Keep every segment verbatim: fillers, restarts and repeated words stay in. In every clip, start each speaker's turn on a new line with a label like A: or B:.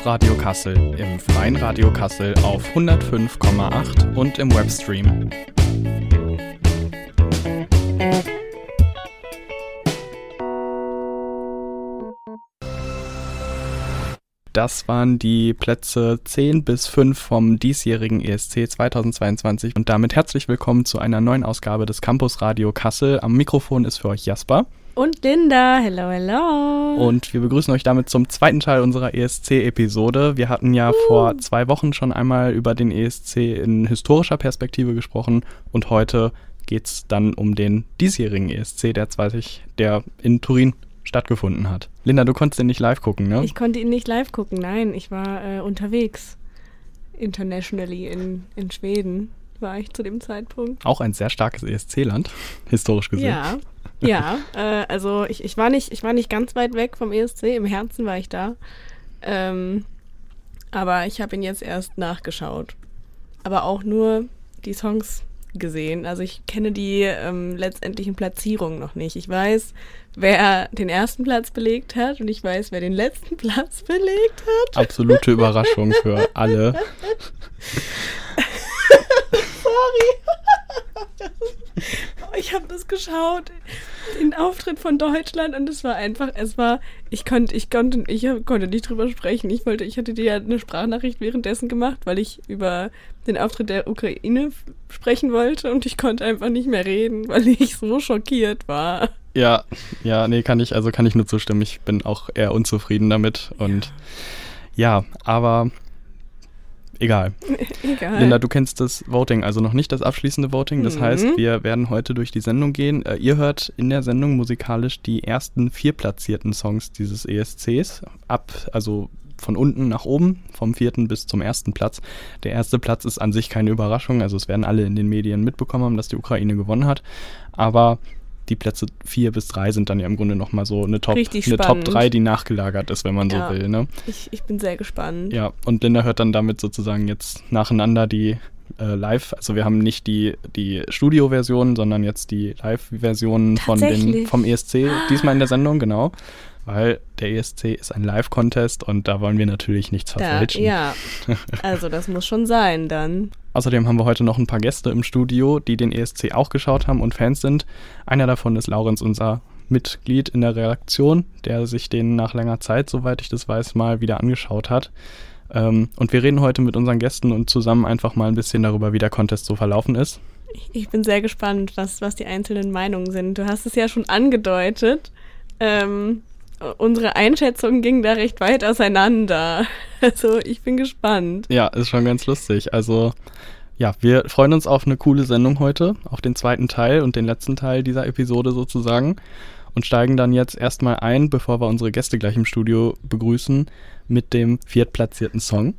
A: Campus Radio Kassel im Freien Radio Kassel auf hundertfünf Komma acht und im Webstream. Das waren die Plätze zehn bis fünf vom diesjährigen E S C zweitausendzweiundzwanzig und damit herzlich willkommen zu einer neuen Ausgabe des Campus Radio Kassel. Am Mikrofon ist für euch Jasper.
B: Und Linda. Hello, hello.
A: Und wir begrüßen euch damit zum zweiten Teil unserer E S C-Episode. Wir hatten ja uh. vor zwei Wochen schon einmal über den E S C in historischer Perspektive gesprochen und heute geht es dann um den diesjährigen E S C, der, zwanzig, der in Turin stattgefunden hat. Linda, du konntest ihn nicht live gucken, ne?
B: Ich konnte ihn nicht live gucken, nein. Ich war äh, unterwegs. Internationally in, in Schweden war ich zu dem Zeitpunkt.
A: Auch ein sehr starkes E S C-Land, historisch gesehen.
B: Ja, ja. äh, also ich, ich, war nicht, ich war nicht ganz weit weg vom E S C, im Herzen war ich da. Ähm, aber ich habe ihn jetzt erst nachgeschaut. Aber auch nur die Songs gesehen. Also ich kenne die ähm, letztendlichen Platzierungen noch nicht. Ich weiß, wer den ersten Platz belegt hat und ich weiß, wer den letzten Platz belegt hat.
A: Absolute Überraschung für alle.
B: Sorry. Ich habe das geschaut, den Auftritt von Deutschland und es war einfach, es war, ich konnte, ich konnte, ich konnte nicht drüber sprechen. Ich wollte, ich hatte dir ja eine Sprachnachricht währenddessen gemacht, weil ich über den Auftritt der Ukraine f- sprechen wollte und ich konnte einfach nicht mehr reden, weil ich so schockiert war.
A: Ja, ja, nee, kann ich, also kann ich nur zustimmen. Ich bin auch eher unzufrieden damit und ja, ja aber egal.
B: Egal.
A: Linda, du kennst das Voting, also noch nicht das abschließende Voting. Das
B: mhm.
A: heißt, wir werden heute durch die Sendung gehen. Äh, ihr hört in der Sendung musikalisch die ersten vier platzierten Songs dieses E S Cs. Ab, also von unten nach oben, vom vierten bis zum ersten Platz. Der erste Platz ist an sich keine Überraschung. Also es werden alle in den Medien mitbekommen haben, dass die Ukraine gewonnen hat. Aber die Plätze vier bis drei sind dann ja im Grunde nochmal so eine Top, eine Top drei, die nachgelagert ist, wenn man
B: ja,
A: so will. Ne?
B: Ich, ich bin sehr gespannt.
A: Ja, und Linda hört dann damit sozusagen jetzt nacheinander die äh, Live, also wir haben nicht die, die Studio-Version, sondern jetzt die Live-Versionen von den, vom E S C, diesmal in der Sendung, genau. Weil der E S C ist ein Live-Contest und da wollen wir natürlich nichts verfälschen.
B: Da, ja, also das muss schon sein dann.
A: Außerdem haben wir heute noch ein paar Gäste im Studio, die den E S C auch geschaut haben und Fans sind. Einer davon ist Laurenz, unser Mitglied in der Redaktion, der sich den nach langer Zeit, soweit ich das weiß, mal wieder angeschaut hat. Ähm, und wir reden heute mit unseren Gästen und zusammen einfach mal ein bisschen darüber, wie der Contest so verlaufen ist.
B: Ich bin sehr gespannt, was, was die einzelnen Meinungen sind. Du hast es ja schon angedeutet. Ähm, unsere Einschätzungen gingen da recht weit auseinander. Also ich bin gespannt.
A: Ja, ist schon ganz lustig. Also ja, wir freuen uns auf eine coole Sendung heute, auf den zweiten Teil und den letzten Teil dieser Episode sozusagen und steigen dann jetzt erstmal ein, bevor wir unsere Gäste gleich im Studio begrüßen, mit dem viertplatzierten Song.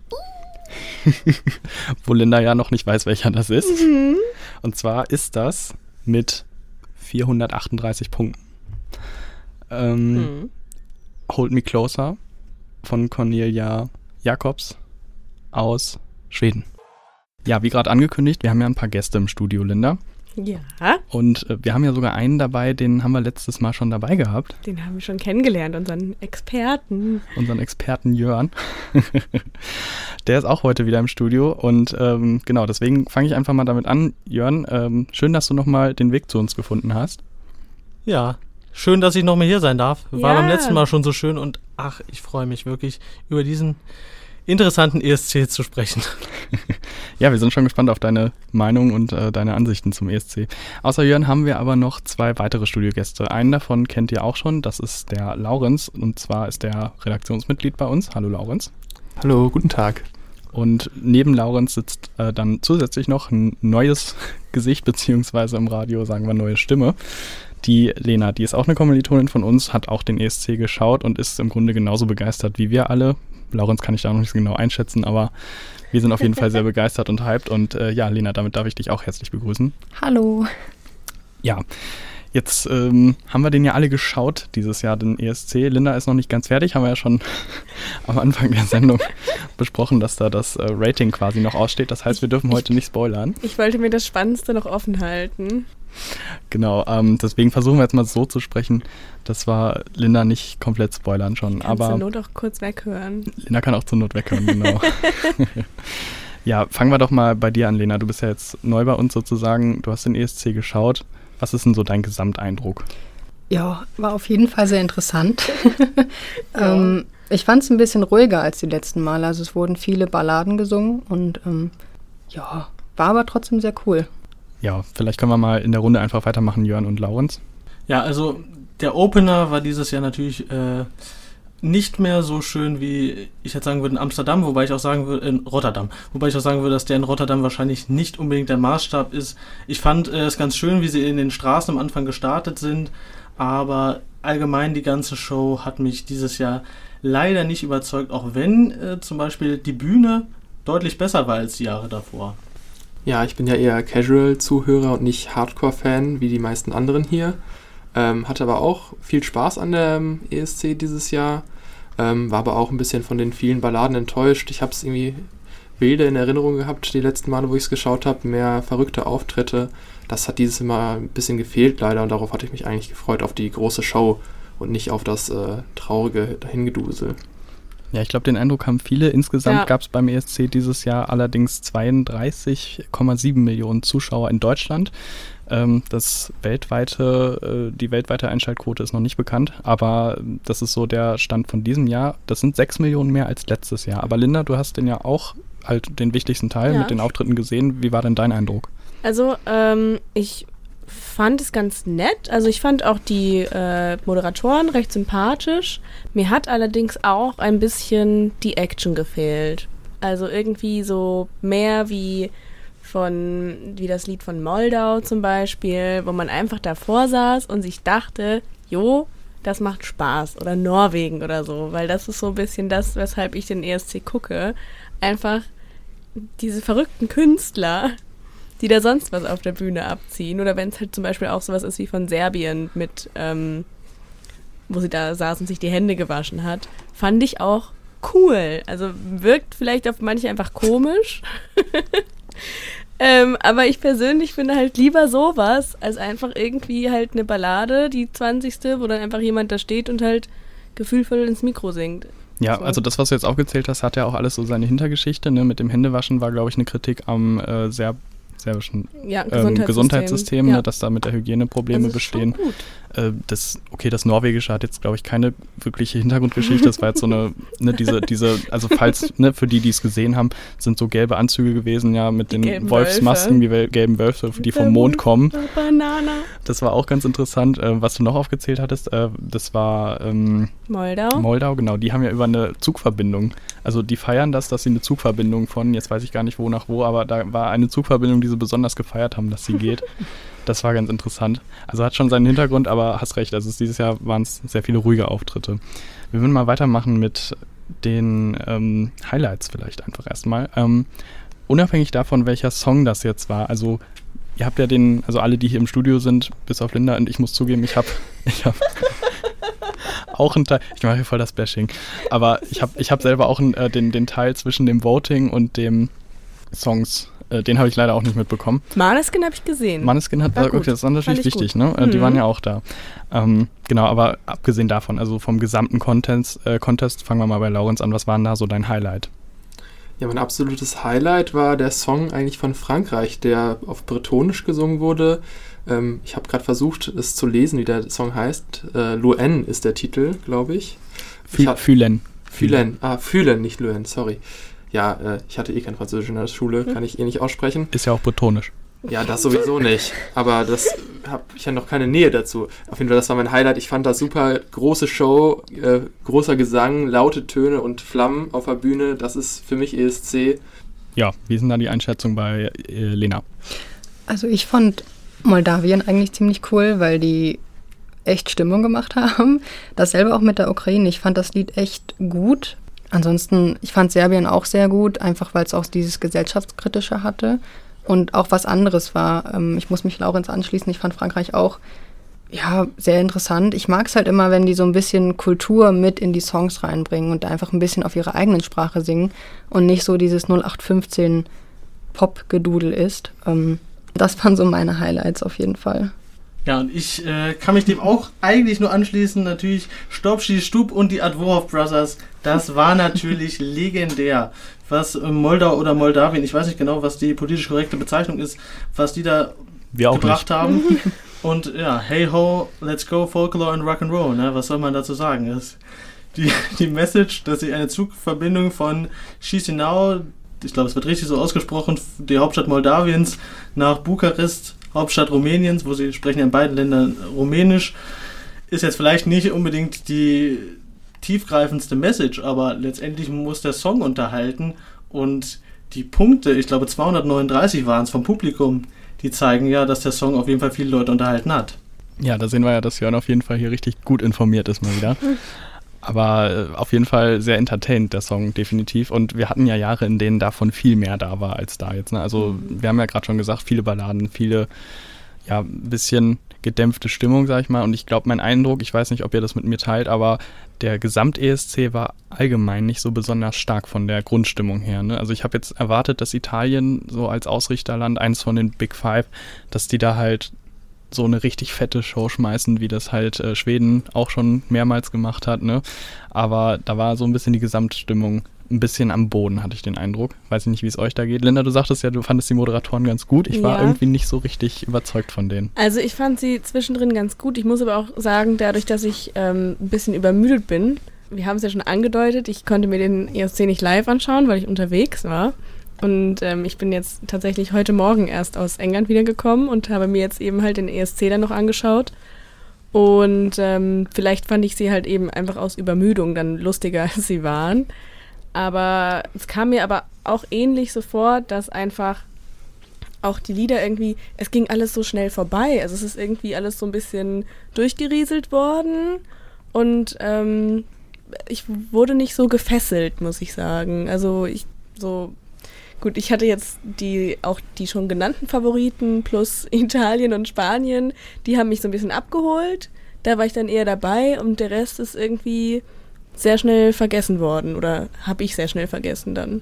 A: Wo Linda ja noch nicht weiß, welcher das ist.
B: Mhm.
A: Und zwar ist das mit vierhundertachtunddreißig Punkten. Ähm, mhm. Hold Me Closer von Cornelia Jacobs aus Schweden. Ja, wie gerade angekündigt, wir haben ja ein paar Gäste im Studio, Linda.
B: Ja.
A: Und äh, wir haben ja sogar einen dabei, den haben wir letztes Mal schon dabei gehabt.
B: Den haben wir schon kennengelernt, unseren Experten.
A: Unseren Experten Jörn. Der ist auch heute wieder im Studio und ähm, genau, deswegen fange ich einfach mal damit an. Jörn, ähm, schön, dass du nochmal den Weg zu uns gefunden hast.
C: Ja, schön, dass ich nochmal hier sein darf. War
B: ja.
C: beim letzten Mal schon so schön und ach, ich freue mich wirklich, über diesen interessanten E S C zu sprechen.
A: Ja, wir sind schon gespannt auf deine Meinung und äh, deine Ansichten zum E S C. Außer Jörn haben wir aber noch zwei weitere Studiogäste. Einen davon kennt ihr auch schon, das ist der Laurenz und zwar ist der Redaktionsmitglied bei uns. Hallo Laurenz.
D: Hallo, guten Tag.
A: Und neben Laurenz sitzt äh, dann zusätzlich noch ein neues Gesicht, beziehungsweise im Radio sagen wir neue Stimme. Die Lena, die ist auch eine Kommilitonin von uns, hat auch den E S C geschaut und ist im Grunde genauso begeistert wie wir alle. Laurenz kann ich da noch nicht so genau einschätzen, aber wir sind auf jeden Fall sehr begeistert und hyped. Und äh, ja, Lena, damit darf ich dich auch herzlich begrüßen.
E: Hallo.
A: Ja, jetzt ähm, haben wir den ja alle geschaut dieses Jahr, den E S C. Linda ist noch nicht ganz fertig, haben wir ja schon am Anfang der Sendung besprochen, dass da das äh, Rating quasi noch aussteht. Das heißt, wir dürfen heute nicht spoilern.
B: Ich wollte mir das Spannendste noch offen halten.
A: Genau, ähm, deswegen versuchen wir jetzt mal so zu sprechen, dass wir Linda nicht komplett spoilern schon.
B: Kannst
A: aber
B: zur Not auch kurz weghören.
A: Linda kann auch zur Not weghören, genau. Ja, fangen wir doch mal bei dir an, Lena. Du bist ja jetzt neu bei uns sozusagen. Du hast den E S C geschaut. Was ist denn so dein Gesamteindruck?
D: Ja, war auf jeden Fall sehr interessant. ja. ähm, ich fand es ein bisschen ruhiger als die letzten Male. Also es wurden viele Balladen gesungen und ähm, ja, war aber trotzdem sehr cool.
A: Ja, vielleicht können wir mal in der Runde einfach weitermachen, Jörn und Laurenz.
C: Ja, also der Opener war dieses Jahr natürlich äh, nicht mehr so schön, wie ich jetzt sagen würde in Amsterdam, wobei ich auch sagen würde, in Rotterdam, wobei ich auch sagen würde, dass der in Rotterdam wahrscheinlich nicht unbedingt der Maßstab ist. Ich fand äh, es ganz schön, wie sie in den Straßen am Anfang gestartet sind, aber allgemein die ganze Show hat mich dieses Jahr leider nicht überzeugt, auch wenn äh, zum Beispiel die Bühne deutlich besser war als die Jahre davor.
E: Ja, ich bin ja eher Casual-Zuhörer und nicht Hardcore-Fan, wie die meisten anderen hier. Ähm, hatte aber auch viel Spaß an der ähm, E S C dieses Jahr. Ähm, war aber auch ein bisschen von den vielen Balladen enttäuscht. Ich habe es irgendwie wilde in Erinnerung gehabt, die letzten Male, wo ich es geschaut habe. Mehr verrückte Auftritte. Das hat dieses Mal ein bisschen gefehlt leider und darauf hatte ich mich eigentlich gefreut, auf die große Show und nicht auf das äh, traurige Dahingedusel.
A: Ja, ich glaube, den Eindruck haben viele. Insgesamt
B: ja.
A: gab es beim E S C dieses Jahr allerdings zweiunddreißig Komma sieben Millionen Zuschauer in Deutschland. Ähm, das weltweite, äh, die weltweite Einschaltquote ist noch nicht bekannt, aber das ist so der Stand von diesem Jahr. Das sind sechs Millionen mehr als letztes Jahr. Aber Linda, du hast den ja auch halt den wichtigsten Teil
B: ja.
A: mit den Auftritten gesehen. Wie war denn dein Eindruck?
B: Also, ähm, ich fand es ganz nett. Also ich fand auch die äh, Moderatoren recht sympathisch. Mir hat allerdings auch ein bisschen die Action gefehlt. Also irgendwie so mehr wie von, wie das Lied von Moldau zum Beispiel, wo man einfach davor saß und sich dachte, jo, das macht Spaß. Oder Norwegen oder so, weil das ist so ein bisschen das, weshalb ich den E S C gucke. Einfach diese verrückten Künstler, die da sonst was auf der Bühne abziehen. Oder wenn es halt zum Beispiel auch sowas ist wie von Serbien mit, ähm, wo sie da saß und sich die Hände gewaschen hat, fand ich auch cool. Also wirkt vielleicht auf manche einfach komisch. ähm, aber ich persönlich finde halt lieber sowas, als einfach irgendwie halt eine Ballade, die zwanzigste, wo dann einfach jemand da steht und halt gefühlvoll ins Mikro singt.
A: Ja,
B: so.
A: Also das, was du jetzt aufgezählt hast, hat ja auch alles so seine Hintergeschichte. Ne? Mit dem Händewaschen war, glaube ich, eine Kritik am äh, sehr serbischen
B: ja,
A: ähm,
B: Gesundheitssystem,
A: Gesundheitssystem,
B: ja.
A: ne, dass da mit der Hygiene Probleme
B: das ist
A: bestehen.
B: Schon gut.
A: Äh, das, okay, das Norwegische hat jetzt, glaube ich, keine wirkliche Hintergrundgeschichte. Das war jetzt so eine, ne, diese, diese, also falls, ne, für die, die es gesehen haben, sind so gelbe Anzüge gewesen, ja, mit
B: die
A: den Wolfsmasken, die wel- gelben Wölfe, die vom Mond kommen.
B: Banana.
A: Das war auch ganz interessant. Äh, was du noch aufgezählt hattest, äh, das war ähm,
B: Moldau.
A: Moldau, genau. Die haben ja über eine Zugverbindung, also die feiern das, dass sie eine Zugverbindung von, jetzt weiß ich gar nicht wo nach wo, aber da war eine Zugverbindung, die sie besonders gefeiert haben, dass sie geht. Das war ganz interessant. Also hat schon seinen Hintergrund, aber hast recht, also dieses Jahr waren es sehr viele ruhige Auftritte. Wir würden mal weitermachen mit den ähm, Highlights vielleicht einfach erstmal. Ähm, unabhängig davon, welcher Song das jetzt war, also ihr habt ja den, also alle, die hier im Studio sind, bis auf Linda, und ich muss zugeben, ich habe ich hab auch einen Teil, ich mache hier voll das Bashing, aber ich habe ich hab selber auch einen, äh, den, den Teil zwischen dem Voting und dem Songs, äh, den habe ich leider auch nicht mitbekommen.
B: Maneskin habe ich gesehen.
A: Maneskin hat,
B: War
A: okay,
B: gut.
A: das ist natürlich wichtig, ne? Äh,
B: Mhm.
A: Die waren ja auch da. Ähm, genau, aber abgesehen davon, also vom gesamten Contest, äh, Contest, fangen wir mal bei Laurenz an, was war denn da so dein Highlight?
E: Ja, mein absolutes Highlight war der Song eigentlich von Frankreich, der auf Bretonisch gesungen wurde. Ähm, ich habe gerade versucht, es zu lesen, wie der Song heißt. Äh, Loen ist der Titel, glaube ich.
A: Fü-
E: hat-
A: Fühlen.
E: Fühlen. Ah, Fühlen, nicht Loen, sorry. Ja, äh, ich hatte eh kein Französisch in der Schule, kann ich eh nicht aussprechen.
A: Ist ja auch bretonisch.
E: Ja, das sowieso nicht. Aber das habe ich ja noch keine Nähe dazu. Auf jeden Fall, das war mein Highlight. Ich fand das super. Große Show, äh, großer Gesang, laute Töne und Flammen auf der Bühne. Das ist für mich E S C.
A: Ja, wie ist denn da die Einschätzung bei äh, Lena?
D: Also ich fand Moldawien eigentlich ziemlich cool, weil die echt Stimmung gemacht haben. Dasselbe auch mit der Ukraine. Ich fand das Lied echt gut. Ansonsten, ich fand Serbien auch sehr gut, einfach weil es auch dieses Gesellschaftskritische hatte und auch was anderes war. Ähm, ich muss mich Laurenz anschließen, ich fand Frankreich auch ja, sehr interessant. Ich mag es halt immer, wenn die so ein bisschen Kultur mit in die Songs reinbringen und einfach ein bisschen auf ihrer eigenen Sprache singen und nicht so dieses null acht fünfzehn Pop-Gedudel ist. Ähm, Das waren so meine Highlights auf jeden Fall.
C: Ja, und ich äh, kann mich dem auch eigentlich nur anschließen. Natürlich Stopp, Schieß, Stub und die Advorov Brothers. Das war natürlich legendär. Was äh, Moldau oder Moldawien, ich weiß nicht genau, was die politisch korrekte Bezeichnung ist, was die da
A: Wir auch
C: gebracht
A: nicht.
C: haben. Und ja, hey ho, let's go, Folklore and Rock'n'Roll. Ne? Was soll man dazu sagen? Das, die, die Message, dass sich eine Zugverbindung von Chisinau, ich glaube, es wird richtig so ausgesprochen, die Hauptstadt Moldawiens, nach Bukarest, Hauptstadt Rumäniens, wo sie sprechen ja in beiden Ländern Rumänisch, ist jetzt vielleicht nicht unbedingt die tiefgreifendste Message, aber letztendlich muss der Song unterhalten und die Punkte, ich glaube zweihundertneununddreißig waren es vom Publikum, die zeigen ja, dass der Song auf jeden Fall viele Leute unterhalten hat.
A: Ja, da sehen wir ja, dass Jörn auf jeden Fall hier richtig gut informiert ist mal wieder. Aber äh, auf jeden Fall sehr entertained, der Song, definitiv. Und wir hatten ja Jahre, in denen davon viel mehr da war als da jetzt. Ne? Also wir haben ja gerade schon gesagt, viele Balladen, viele, ja, ein bisschen gedämpfte Stimmung, sag ich mal. Und ich glaube, mein Eindruck, ich weiß nicht, ob ihr das mit mir teilt, aber der Gesamt-E S C war allgemein nicht so besonders stark von der Grundstimmung her. Ne? Also ich habe jetzt erwartet, dass Italien so als Ausrichterland, eins von den Big Five, dass die da halt so eine richtig fette Show schmeißen, wie das halt äh, Schweden auch schon mehrmals gemacht hat, ne? Aber da war so ein bisschen die Gesamtstimmung ein bisschen am Boden, hatte ich den Eindruck. Weiß ich nicht, wie es euch da geht. Linda, du sagtest ja, du fandest die Moderatoren ganz gut. Ich war
B: Ja.
A: irgendwie nicht so richtig überzeugt von denen.
B: Also ich fand sie zwischendrin ganz gut. Ich muss aber auch sagen, dadurch, dass ich ähm, ein bisschen übermüdet bin, wir haben es ja schon angedeutet, ich konnte mir den E S C nicht live anschauen, weil ich unterwegs war. Und ähm, ich bin jetzt tatsächlich heute Morgen erst aus England wiedergekommen und habe mir jetzt eben halt den E S C dann noch angeschaut. Und ähm, vielleicht fand ich sie halt eben einfach aus Übermüdung dann lustiger, als sie waren. Aber es kam mir aber auch ähnlich so vor, dass einfach auch die Lieder irgendwie, es ging alles so schnell vorbei. Also es ist irgendwie alles so ein bisschen durchgerieselt worden und ähm, ich wurde nicht so gefesselt, muss ich sagen. Also ich so... Gut, ich hatte jetzt die auch die schon genannten Favoriten plus Italien und Spanien, die haben mich so ein bisschen abgeholt. Da war ich dann eher dabei und der Rest ist irgendwie sehr schnell vergessen worden oder habe ich sehr schnell vergessen dann.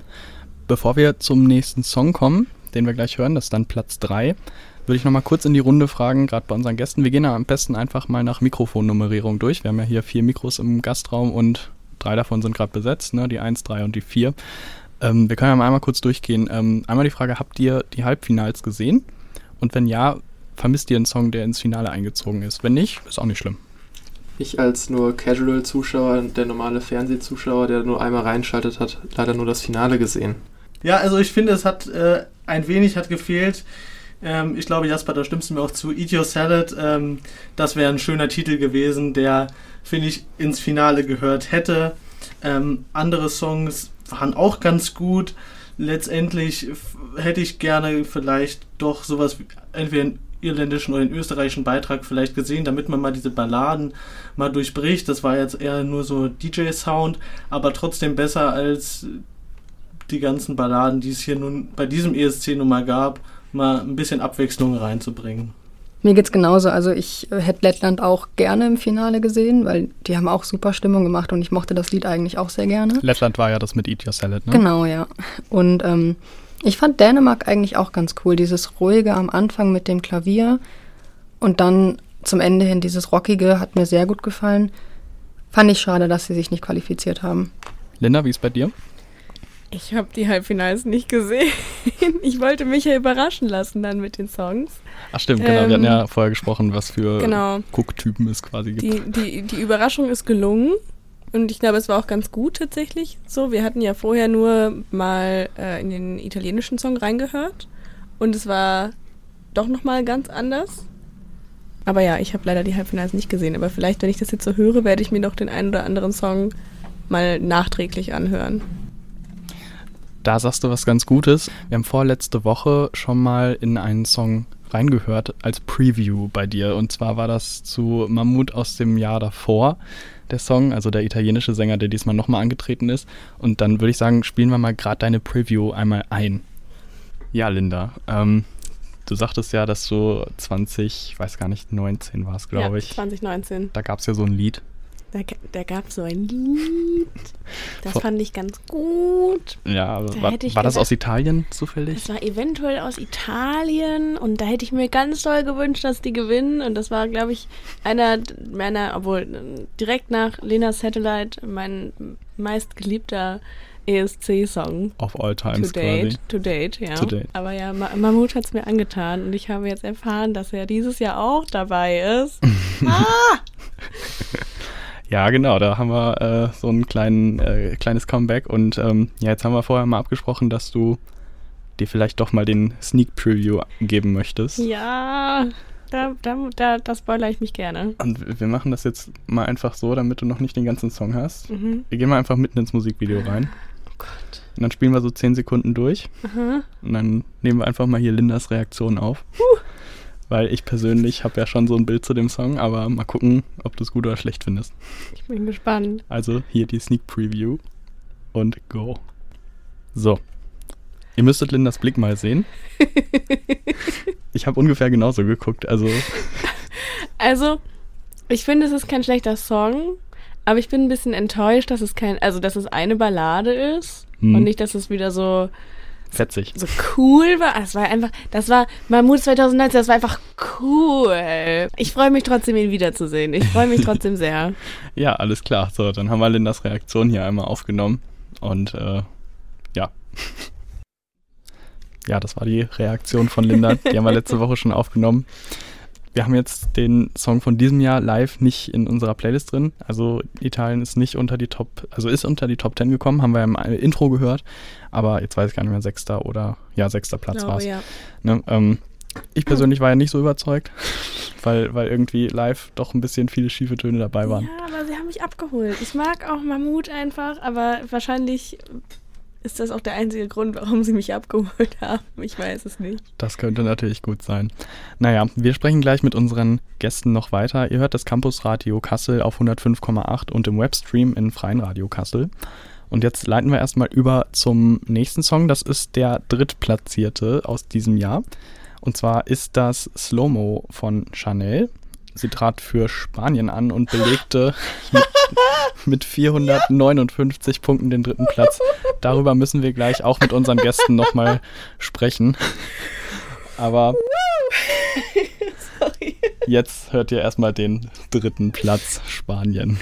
A: Bevor wir zum nächsten Song kommen, den wir gleich hören, das ist dann Platz drei, würde ich nochmal kurz in die Runde fragen, gerade bei unseren Gästen. Wir gehen ja am besten einfach mal nach Mikrofonnummerierung durch. Wir haben ja hier vier Mikros im Gastraum und drei davon sind gerade besetzt, ne? Die eins, drei und die vier. Ähm, wir können ja mal einmal kurz durchgehen. Ähm, einmal die Frage, habt ihr die Halbfinals gesehen? Und wenn ja, vermisst ihr einen Song, der ins Finale eingezogen ist? Wenn nicht, ist auch nicht schlimm.
E: Ich als nur Casual-Zuschauer, der normale Fernsehzuschauer, der nur einmal reinschaltet, hat leider nur das Finale gesehen.
C: Ja, also ich finde, es hat äh, ein wenig hat gefehlt. Ähm, ich glaube, Jasper, da stimmst du mir auch zu. Eat Your Salad, ähm, das wäre ein schöner Titel gewesen, der, finde ich, ins Finale gehört hätte. Ähm, andere Songs waren auch ganz gut. Letztendlich f- hätte ich gerne vielleicht doch sowas wie entweder einen irländischen oder einen österreichischen Beitrag vielleicht gesehen, damit man mal diese Balladen mal durchbricht. Das war jetzt eher nur so D J-Sound, aber trotzdem besser als die ganzen Balladen, die es hier nun bei diesem E S C nun mal gab, mal ein bisschen Abwechslung reinzubringen.
D: Mir geht's genauso. Also ich äh, hätte Lettland auch gerne im Finale gesehen, weil die haben auch super Stimmung gemacht und ich mochte das Lied eigentlich auch sehr gerne.
A: Lettland war ja das mit Eat Your Salad, ne?
D: Genau, ja. Und ähm, ich fand Dänemark eigentlich auch ganz cool. Dieses Ruhige am Anfang mit dem Klavier und dann zum Ende hin dieses Rockige hat mir sehr gut gefallen. Fand ich schade, dass sie sich nicht qualifiziert haben.
A: Linda, wie ist bei dir?
B: Ich habe die Halbfinals nicht gesehen. Ich wollte mich ja überraschen lassen dann mit den Songs.
A: Ach stimmt, genau.
B: Ähm,
A: wir hatten ja vorher gesprochen, was für
B: genau.
A: Cook-Typen es quasi gibt.
B: Die, die, die Überraschung ist gelungen und ich glaube, es war auch ganz gut tatsächlich so. Wir hatten ja vorher nur mal äh, in den italienischen Song reingehört und es war doch nochmal ganz anders. Aber ja, ich habe leider die Halbfinals nicht gesehen. Aber vielleicht, wenn ich das jetzt so höre, werde ich mir noch den einen oder anderen Song mal nachträglich anhören.
A: Da sagst du was ganz Gutes. Wir haben vorletzte Woche schon mal in einen Song reingehört als Preview bei dir. Und zwar war das zu Mammut aus dem Jahr davor, der Song, also der italienische Sänger, der diesmal nochmal angetreten ist. Und dann würde ich sagen, spielen wir mal gerade deine Preview einmal ein. Ja, Linda, ähm, du sagtest ja, dass du zwanzig, ich weiß gar nicht, neunzehn war es, glaube
B: ja,
A: ich.
B: zwanzig neunzehn.
A: Da gab es ja so ein Lied,
B: Da, da gab es so ein Lied, das
A: Vor-
B: fand ich ganz gut.
A: Ja, aber
B: Da
A: war,
B: hätte ich
A: war das
B: gesagt-
A: aus Italien zufällig?
B: Das war eventuell aus Italien und da hätte ich mir ganz doll gewünscht, dass die gewinnen. Und das war, glaube ich, einer meiner, obwohl direkt nach Lena Satellite mein meistgeliebter E S C-Song.
A: Of all
B: To
A: times
B: date,
A: quasi.
B: to date, ja.
A: To date.
B: Aber ja, Ma- Mammut hat es mir angetan und ich habe jetzt erfahren, dass er dieses Jahr auch dabei ist. ah!
A: Ja, genau, da haben wir äh, so ein kleinen, äh, kleines Comeback und ähm, ja, jetzt haben wir vorher mal abgesprochen, dass du dir vielleicht doch mal den Sneak Preview geben möchtest.
B: Ja, da, da, da, da spoilere ich mich gerne.
A: Und wir machen das jetzt mal einfach so, damit du noch nicht den ganzen Song hast.
B: Mhm.
A: Wir gehen mal einfach mitten ins Musikvideo rein
B: Oh Gott.
A: und dann spielen wir so zehn Sekunden durch
B: Aha.
A: und dann nehmen wir einfach mal hier Lindas Reaktion auf. Weil ich persönlich habe ja schon so ein Bild zu dem Song, aber mal gucken, ob du es gut oder schlecht findest.
B: Ich bin gespannt.
A: Also hier die Sneak Preview und go. So. Ihr müsstet Lindas Blick mal sehen. Ich habe ungefähr genauso geguckt. Also
B: Also, ich finde, es ist kein schlechter Song, aber ich bin ein bisschen enttäuscht, dass es kein, also dass es eine Ballade ist
A: Hm.
B: und nicht, dass es wieder so,
A: fetzig.
B: so cool war. Das war einfach, das war Mammut zwanzig neunzehn, das war einfach cool. Ich freue mich trotzdem, ihn wiederzusehen. Ich freue mich trotzdem sehr.
A: Ja, alles klar. So, dann haben wir Lindas Reaktion hier einmal aufgenommen. Und äh, ja. Ja, das war die Reaktion von Linda. Die haben wir letzte Woche schon aufgenommen. Wir haben jetzt den Song von diesem Jahr live nicht in unserer Playlist drin. Also Italien ist nicht unter die Top, also ist unter die Top zehn gekommen, haben wir im Intro gehört. Aber jetzt weiß ich gar nicht mehr, sechster oder, ja, sechster Platz war es.
B: ja.
A: Ne, ähm, ich persönlich war ja nicht so überzeugt, weil, weil irgendwie live doch ein bisschen viele schiefe Töne dabei waren.
B: Ja, aber sie haben mich abgeholt. Ich mag auch Mammut einfach, aber wahrscheinlich ist das auch der einzige Grund, warum sie mich abgeholt haben. Ich weiß es nicht.
A: Das könnte natürlich gut sein. Naja, wir sprechen gleich mit unseren Gästen noch weiter. Ihr hört das Campusradio Kassel auf hundertfünf Komma acht und im Webstream in Freien Radio Kassel. Und jetzt leiten wir erstmal über zum nächsten Song. Das ist der drittplatzierte aus diesem Jahr. Und zwar ist das Slow-Mo von Chanel. Sie trat für Spanien an und belegte mit, mit vierhundertneunundfünfzig Punkten den dritten Platz. Darüber müssen wir gleich auch mit unseren Gästen nochmal sprechen. Aber
B: Sorry.
A: jetzt hört ihr erstmal den dritten Platz Spanien.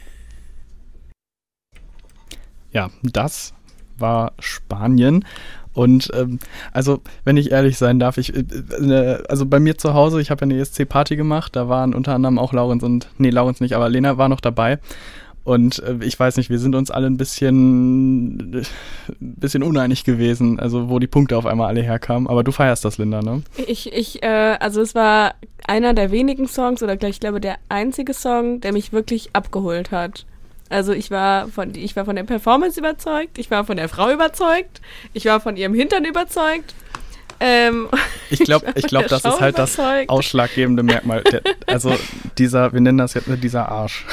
A: Ja, das war Spanien. Und ähm, also, wenn ich ehrlich sein darf, ich, äh, äh, also bei mir zu Hause, ich habe ja eine E S C-Party gemacht, da waren unter anderem auch Laurenz und, nee, Laurenz nicht, aber Lena war noch dabei. Und äh, ich weiß nicht, wir sind uns alle ein bisschen, äh, bisschen uneinig gewesen, also wo die Punkte auf einmal alle herkamen. Aber du feierst das, Linda, ne?
B: Ich, ich, äh, also es war einer der wenigen Songs oder gleich, ich glaube, der einzige Song, der mich wirklich abgeholt hat. Also ich war von, ich war von der Performance überzeugt, ich war von der Frau überzeugt, ich war von ihrem Hintern überzeugt. Ähm,
A: Ich glaube,
B: war
A: ich
B: von
A: glaub,
B: der
A: das ist
B: Show
A: halt das
B: überzeugt.
A: ausschlaggebende Merkmal. Der, also dieser, wir nennen das jetzt dieser Arsch.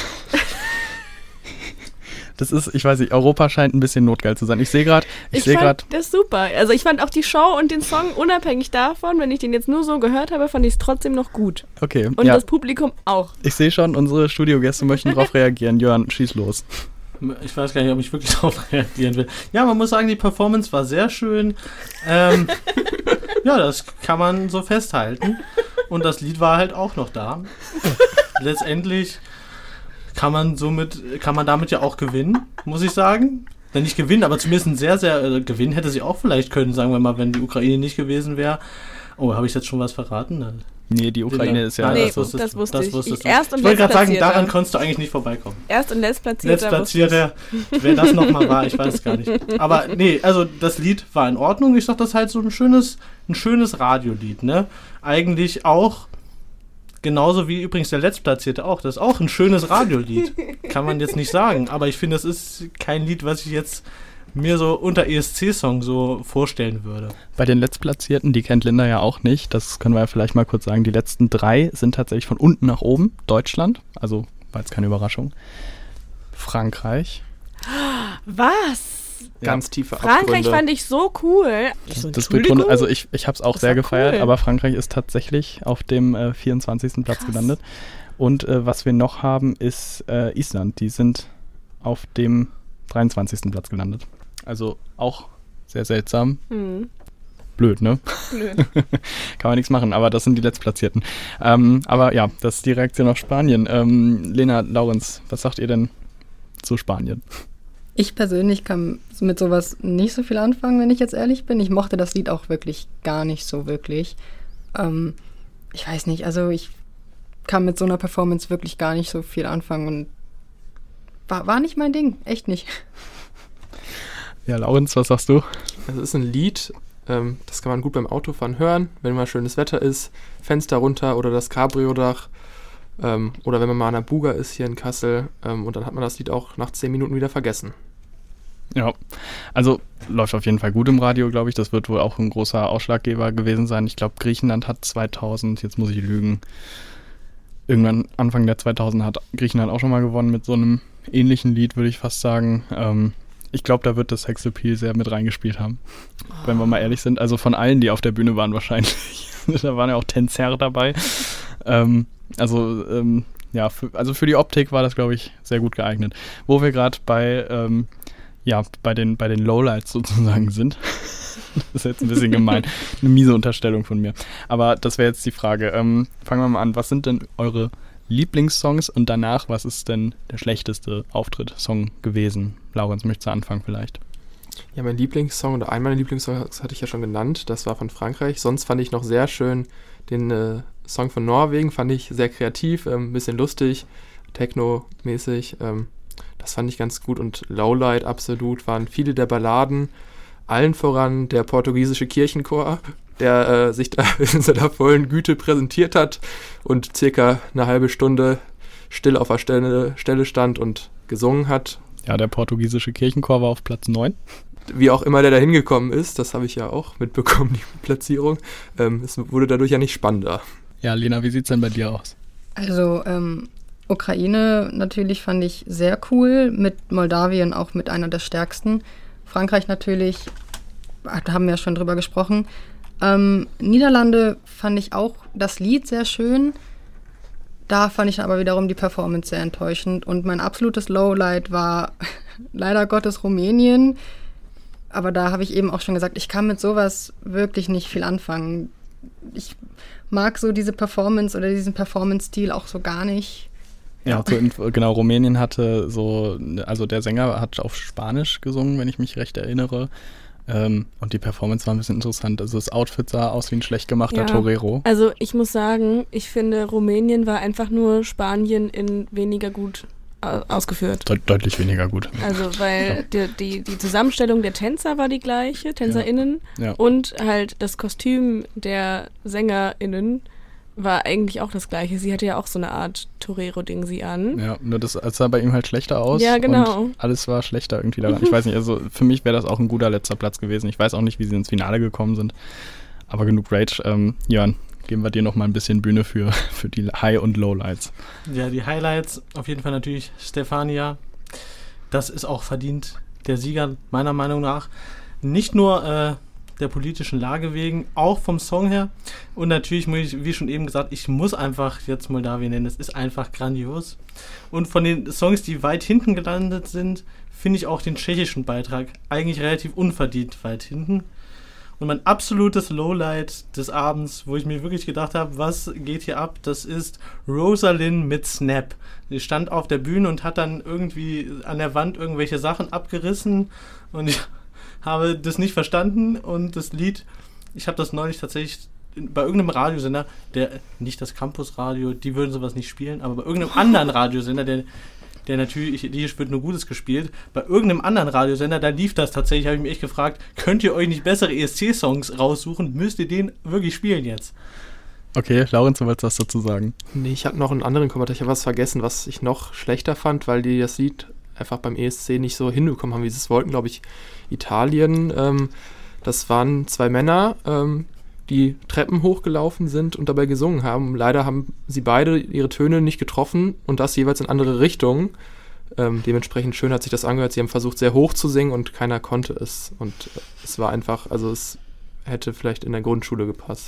A: Das ist, ich weiß nicht, Europa scheint ein bisschen notgeil zu sein. Ich sehe gerade, ich,
B: Ich
A: sehe gerade,
B: fand das super. Also ich fand auch die Show und den Song unabhängig davon, wenn ich den jetzt nur so gehört habe, fand ich es trotzdem noch gut.
A: okay,
B: Und
A: ja,
B: das Publikum auch.
A: ich sehe schon, unsere Studiogäste möchten darauf reagieren. Jörn, schieß los.
C: Ich weiß gar nicht, ob ich wirklich darauf reagieren will. Ja, man muss sagen, die Performance war sehr schön. Ähm, ja, das kann man so festhalten. Und das Lied war halt auch noch da. Letztendlich kann man somit, kann man damit ja auch gewinnen, muss ich sagen. Denn nicht gewinnen, aber zumindest ein sehr, sehr äh, gewinnen hätte sie auch vielleicht können, sagen wir mal, wenn die Ukraine nicht gewesen wäre. Oh, habe ich jetzt schon was verraten? Nein.
A: Nee, die Ukraine ist ja,
B: Nee,
A: also,
B: das
C: wusstest du.
B: wusste ich.
C: wusstest du.
B: Erst und
C: Ich wollte gerade sagen,
B: Letztplatzierter.
C: daran konntest du eigentlich nicht vorbeikommen.
B: Erst und Letztplatzierter.
C: Letztplatzierter, wer das nochmal war, ich weiß es gar nicht. Aber nee, also das Lied war in Ordnung. Ich sag, das ist halt so ein schönes, ein schönes Radiolied, ne? Eigentlich auch, genauso wie übrigens der Letztplatzierte auch, das ist auch ein schönes Radiolied. Kann man jetzt nicht sagen. Aber ich finde, das ist kein Lied, was ich jetzt mir so unter E S C-Song so vorstellen würde.
A: bei den Letztplatzierten, die kennt Linda ja auch nicht, das können wir ja vielleicht mal kurz sagen, die letzten drei sind tatsächlich von unten nach oben. Deutschland, also war jetzt keine Überraschung. Frankreich.
B: Was?
E: Ganz tiefe
B: Frankreich
E: Abgründe.
B: fand ich so cool.
A: Das,
B: So,
A: das
B: Entschuldigung?
A: betont, also ich, ich habe es auch
B: Das
A: sehr
B: war
A: gefeiert,
B: cool.
A: aber Frankreich ist tatsächlich auf dem äh, vierundzwanzigsten Platz
B: Krass.
A: gelandet. Und äh, was wir noch haben, ist äh, Island. Die sind auf dem dreiundzwanzigsten Platz gelandet. Also auch sehr seltsam.
B: Mhm.
A: Blöd, ne?
B: Blöd.
A: Kann man nichts machen, aber das sind die Letztplatzierten. Ähm, aber ja, das ist die Reaktion auf Spanien. Ähm, Lena, Laurenz, was sagt ihr denn zu Spanien?
D: Ich persönlich kann mit sowas nicht so viel anfangen, wenn ich jetzt ehrlich bin. Ich mochte das Lied auch wirklich gar nicht so wirklich. Ähm, ich weiß nicht, also ich kann mit so einer Performance wirklich gar nicht so viel anfangen und war, war nicht mein Ding, echt nicht.
A: Ja, Laurenz, was sagst du?
E: Es ist ein Lied, ähm, das kann man gut beim Autofahren hören, wenn mal schönes Wetter ist, Fenster runter oder das Cabrio-Dach ähm, oder wenn man mal an der Buga ist hier in Kassel ähm, und dann hat man das Lied auch nach zehn Minuten wieder vergessen.
A: Ja, also läuft auf jeden Fall gut im Radio, glaube ich. Das wird wohl auch ein großer Ausschlaggeber gewesen sein. Ich glaube, Griechenland hat zweitausend, jetzt muss ich lügen, irgendwann Anfang der zweitausender hat Griechenland auch schon mal gewonnen mit so einem ähnlichen Lied, würde ich fast sagen. Ähm, ich glaube, da wird das Sex Appeal sehr mit reingespielt haben, oh. wenn wir mal ehrlich sind. Also von allen, die auf der Bühne waren wahrscheinlich. Da waren ja auch Tänzer dabei. Ähm, also ähm, ja, für, also für die Optik war das, glaube ich, sehr gut geeignet. Wo wir gerade bei ähm, ja, bei den, bei den Lowlights sozusagen sind. Das ist jetzt ein bisschen gemein. Eine miese Unterstellung von mir. Aber das wäre jetzt die Frage. Ähm, fangen wir mal an. Was sind denn eure Lieblingssongs und danach, was ist denn der schlechteste Auftritt-Song gewesen? Laurenz, möchtest du anfangen vielleicht?
E: Ja, mein Lieblingssong oder ein meiner Lieblingssongs hatte ich ja schon genannt. Das war von Frankreich. Sonst fand ich noch sehr schön den äh, Song von Norwegen. Fand ich sehr kreativ, ein ähm, bisschen lustig, Techno-mäßig. Ähm, Das fand ich ganz gut und Lowlight absolut waren viele der Balladen, allen voran der portugiesische Kirchenchor, der äh, sich da in seiner vollen Güte präsentiert hat und circa eine halbe Stunde still auf der Stelle, Stelle stand und gesungen hat.
A: Ja, der portugiesische Kirchenchor war auf Platz neun.
E: Wie auch immer der da hingekommen ist, das habe ich ja auch mitbekommen, die Platzierung. Ähm, es wurde dadurch ja nicht spannender.
A: Ja, Lena, wie sieht es denn bei dir aus?
D: Also, ähm, Ukraine natürlich fand ich sehr cool, mit Moldawien auch mit einer der stärksten. Frankreich natürlich, da haben wir ja schon drüber gesprochen. Ähm, Niederlande fand ich auch das Lied sehr schön. Da fand ich aber wiederum die Performance sehr enttäuschend. Und mein absolutes Lowlight war leider Gottes Rumänien. Aber da habe ich eben auch schon gesagt, ich kann mit sowas wirklich nicht viel anfangen. Ich mag so diese Performance oder diesen Performance-Stil auch so gar nicht.
A: Ja, so in, genau, Rumänien hatte so, also der Sänger hat auf Spanisch gesungen, wenn ich mich recht erinnere. Ähm, und die Performance war ein bisschen interessant. Also das Outfit sah aus wie ein schlecht gemachter
B: ja,
A: Torero.
B: Also ich muss sagen, ich finde, Rumänien war einfach nur Spanien in weniger gut äh, ausgeführt.
A: De- deutlich weniger gut.
B: Also weil die, die, die Zusammenstellung der Tänzer war die gleiche, TänzerInnen.
A: Ja. Ja.
B: Und halt das Kostüm der SängerInnen war eigentlich auch das Gleiche. Sie hatte ja auch so eine Art Torero-Ding sie an.
A: Ja, nur das, es sah bei ihm halt schlechter aus.
B: Ja, genau.
A: Und alles war schlechter irgendwie daran. Ich weiß nicht, also für mich wäre das auch ein guter letzter Platz gewesen. Ich weiß auch nicht, wie sie ins Finale gekommen sind. Aber genug Rage. Ähm, Jörn, geben wir dir noch mal ein bisschen Bühne für, für die High- und Lowlights.
C: Ja, die Highlights auf jeden Fall natürlich Stefania. Das ist auch verdient der Sieger, meiner Meinung nach. Nicht nur äh, der politischen Lage wegen, auch vom Song her. Und natürlich muss ich, wie schon eben gesagt, ich muss einfach jetzt Moldawien nennen. Es ist einfach grandios. Und von den Songs, die weit hinten gelandet sind, finde ich auch den tschechischen Beitrag eigentlich relativ unverdient weit hinten. Und mein absolutes Lowlight des Abends, wo ich mir wirklich gedacht habe, was geht hier ab, das ist Rosalind mit Snap. Sie stand auf der Bühne und hat dann irgendwie an der Wand irgendwelche Sachen abgerissen und ich habe das nicht verstanden und das Lied, ich habe das neulich tatsächlich bei irgendeinem Radiosender, der, nicht das Campusradio, die würden sowas nicht spielen, aber bei irgendeinem anderen Radiosender, der, der natürlich, hier wird nur Gutes gespielt, bei irgendeinem anderen Radiosender, da lief das tatsächlich, habe ich mich echt gefragt, könnt ihr euch nicht bessere E S C-Songs raussuchen, müsst ihr den wirklich spielen jetzt?
A: Okay, Laurenz, du wolltest was dazu sagen?
E: Nee, ich habe noch einen anderen Kommentar, ich habe was vergessen, was ich noch schlechter fand, weil die das Lied einfach beim E S C nicht so hinbekommen haben, wie sie es wollten, glaube ich, Italien. Ähm, das waren zwei Männer, ähm, die Treppen hochgelaufen sind und dabei gesungen haben. Leider haben sie beide ihre Töne nicht getroffen und das jeweils in andere Richtungen. Ähm, dementsprechend schön hat sich das angehört. Sie haben versucht, sehr hoch zu singen und keiner konnte es. Und äh, es war einfach, also es hätte vielleicht in der Grundschule gepasst.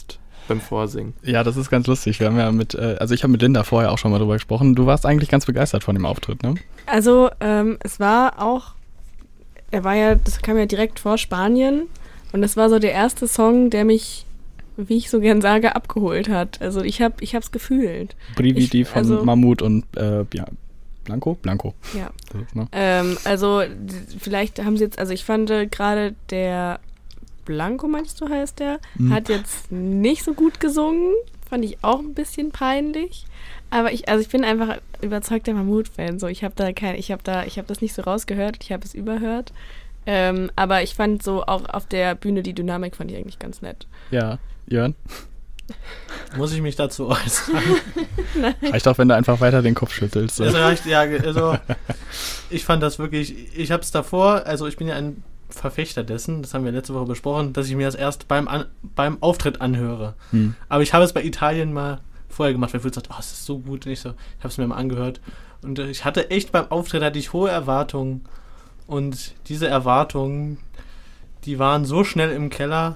E: beim Vorsingen.
A: Ja, das ist ganz lustig. Wir haben ja mit, äh, also ich habe mit Linda vorher auch schon mal drüber gesprochen. Du warst eigentlich ganz begeistert von dem Auftritt, ne?
B: Also, ähm, es war auch, er war ja, das kam ja direkt vor Spanien und das war so der erste Song, der mich, wie ich so gern sage, abgeholt hat. Also ich habe ich hab's gefühlt.
A: Brividi von
B: also,
A: Mammut und äh, ja, Blanco? Blanco.
B: Ja.
A: Das ist, ne?
B: ähm, also d- vielleicht haben sie jetzt, also ich fand äh, gerade der Blanco, meinst du, heißt der,
A: Mhm.
B: hat jetzt nicht so gut gesungen. Fand ich auch ein bisschen peinlich. Aber ich, also ich bin einfach überzeugter Mammut-Fan. So, ich habe da kein, ich habe da, ich habe das nicht so rausgehört, ich habe es überhört. Ähm, aber ich fand so auch auf der Bühne die Dynamik fand ich eigentlich ganz nett.
A: Ja, Jörn?
C: Muss ich mich dazu äußern?
A: Reicht auch, wenn du einfach weiter den Kopf schüttelst. So.
C: Das reicht, ja, also ich fand das wirklich, ich habe es davor, also ich bin ja ein Verfechter dessen, das haben wir letzte Woche besprochen, dass ich mir das erst beim, An- beim Auftritt anhöre.
A: Hm.
C: Aber ich habe es bei Italien mal vorher gemacht, weil ich gesagt, oh, es ist so gut. Und ich so, ich habe es mir mal angehört. Und äh, ich hatte echt beim Auftritt, hatte ich hohe Erwartungen. Und diese Erwartungen, die waren so schnell im Keller.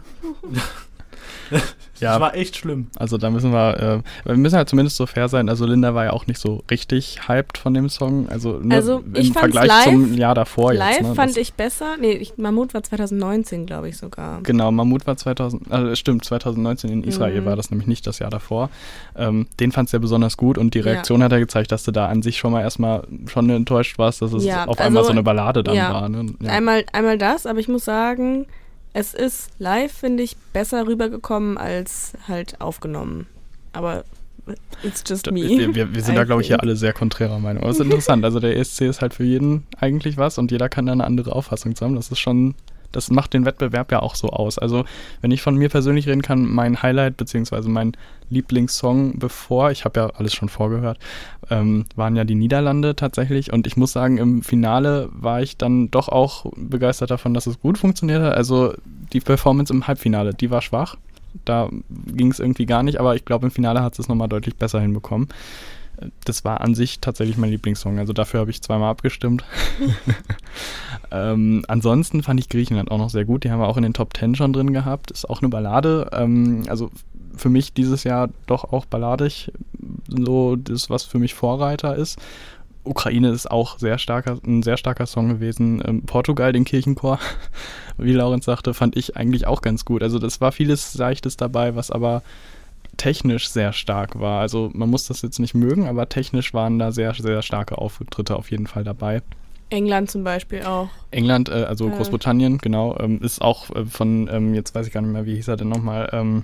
A: Ja.
C: Das war echt schlimm.
A: Also da müssen wir, äh, wir müssen halt zumindest so fair sein. Also Linda war ja auch nicht so richtig hyped von dem Song. Also, ne,
B: Also,
A: im
B: ich fand's
A: Vergleich
B: live-
A: zum Jahr davor
B: Live
A: jetzt. Ne,
B: fand
A: das,
B: ich besser. Nee, ich, Mammut war zwanzig neunzehn, glaube ich sogar.
A: Genau, Mammut war zweitausend, also stimmt, zwanzig neunzehn in Israel
B: Mhm.
A: war das nämlich nicht das Jahr davor. Ähm, den fandst du ja besonders gut und die Reaktion hat ja gezeigt, dass du da an sich schon mal erstmal schon enttäuscht warst, dass es
B: Ja,
A: auf
B: also,
A: einmal so eine Ballade dann
B: ja.
A: war. Ne? Ja.
B: Einmal, einmal das, aber ich muss sagen, es ist live, finde ich, besser rübergekommen als halt aufgenommen. Aber it's just me.
A: Wir, wir, wir sind
B: I
A: da, glaube ich, hier
B: think.
A: alle sehr konträrer Meinung. Aber es ist interessant. Also der E S C ist halt für jeden eigentlich was und jeder kann da eine andere Auffassung zu haben. Das ist schon, das macht den Wettbewerb ja auch so aus. Also wenn ich von mir persönlich reden kann, mein Highlight beziehungsweise mein Lieblingssong bevor, ich habe ja alles schon vorgehört, ähm, waren ja die Niederlande tatsächlich. Und ich muss sagen, im Finale war ich dann doch auch begeistert davon, dass es gut funktioniert hat. Also die Performance im Halbfinale, die war schwach. Da ging es irgendwie gar nicht, aber ich glaube, im Finale hat es nochmal deutlich besser hinbekommen. Das war an sich tatsächlich mein Lieblingssong, also dafür habe ich zweimal abgestimmt. ähm, ansonsten fand ich Griechenland auch noch sehr gut, die haben wir auch in den Top Ten schon drin gehabt, ist auch eine Ballade, ähm, also für mich dieses Jahr doch auch balladig, so das, was für mich Vorreiter ist. Ukraine ist auch sehr starker, ein sehr starker Song gewesen. Ähm, Portugal, den Kirchenchor, wie Laurenz sagte, fand ich eigentlich auch ganz gut. Also das war vieles Seichtes dabei, was aber technisch sehr stark war. Also man muss das jetzt nicht mögen, aber technisch waren da sehr, sehr starke Auftritte auf jeden Fall dabei.
B: England zum Beispiel auch.
A: England, äh, also
B: Äh.
A: Großbritannien, genau, ähm, ist auch äh, von, ähm, jetzt weiß ich gar nicht mehr, wie hieß er denn nochmal, ähm,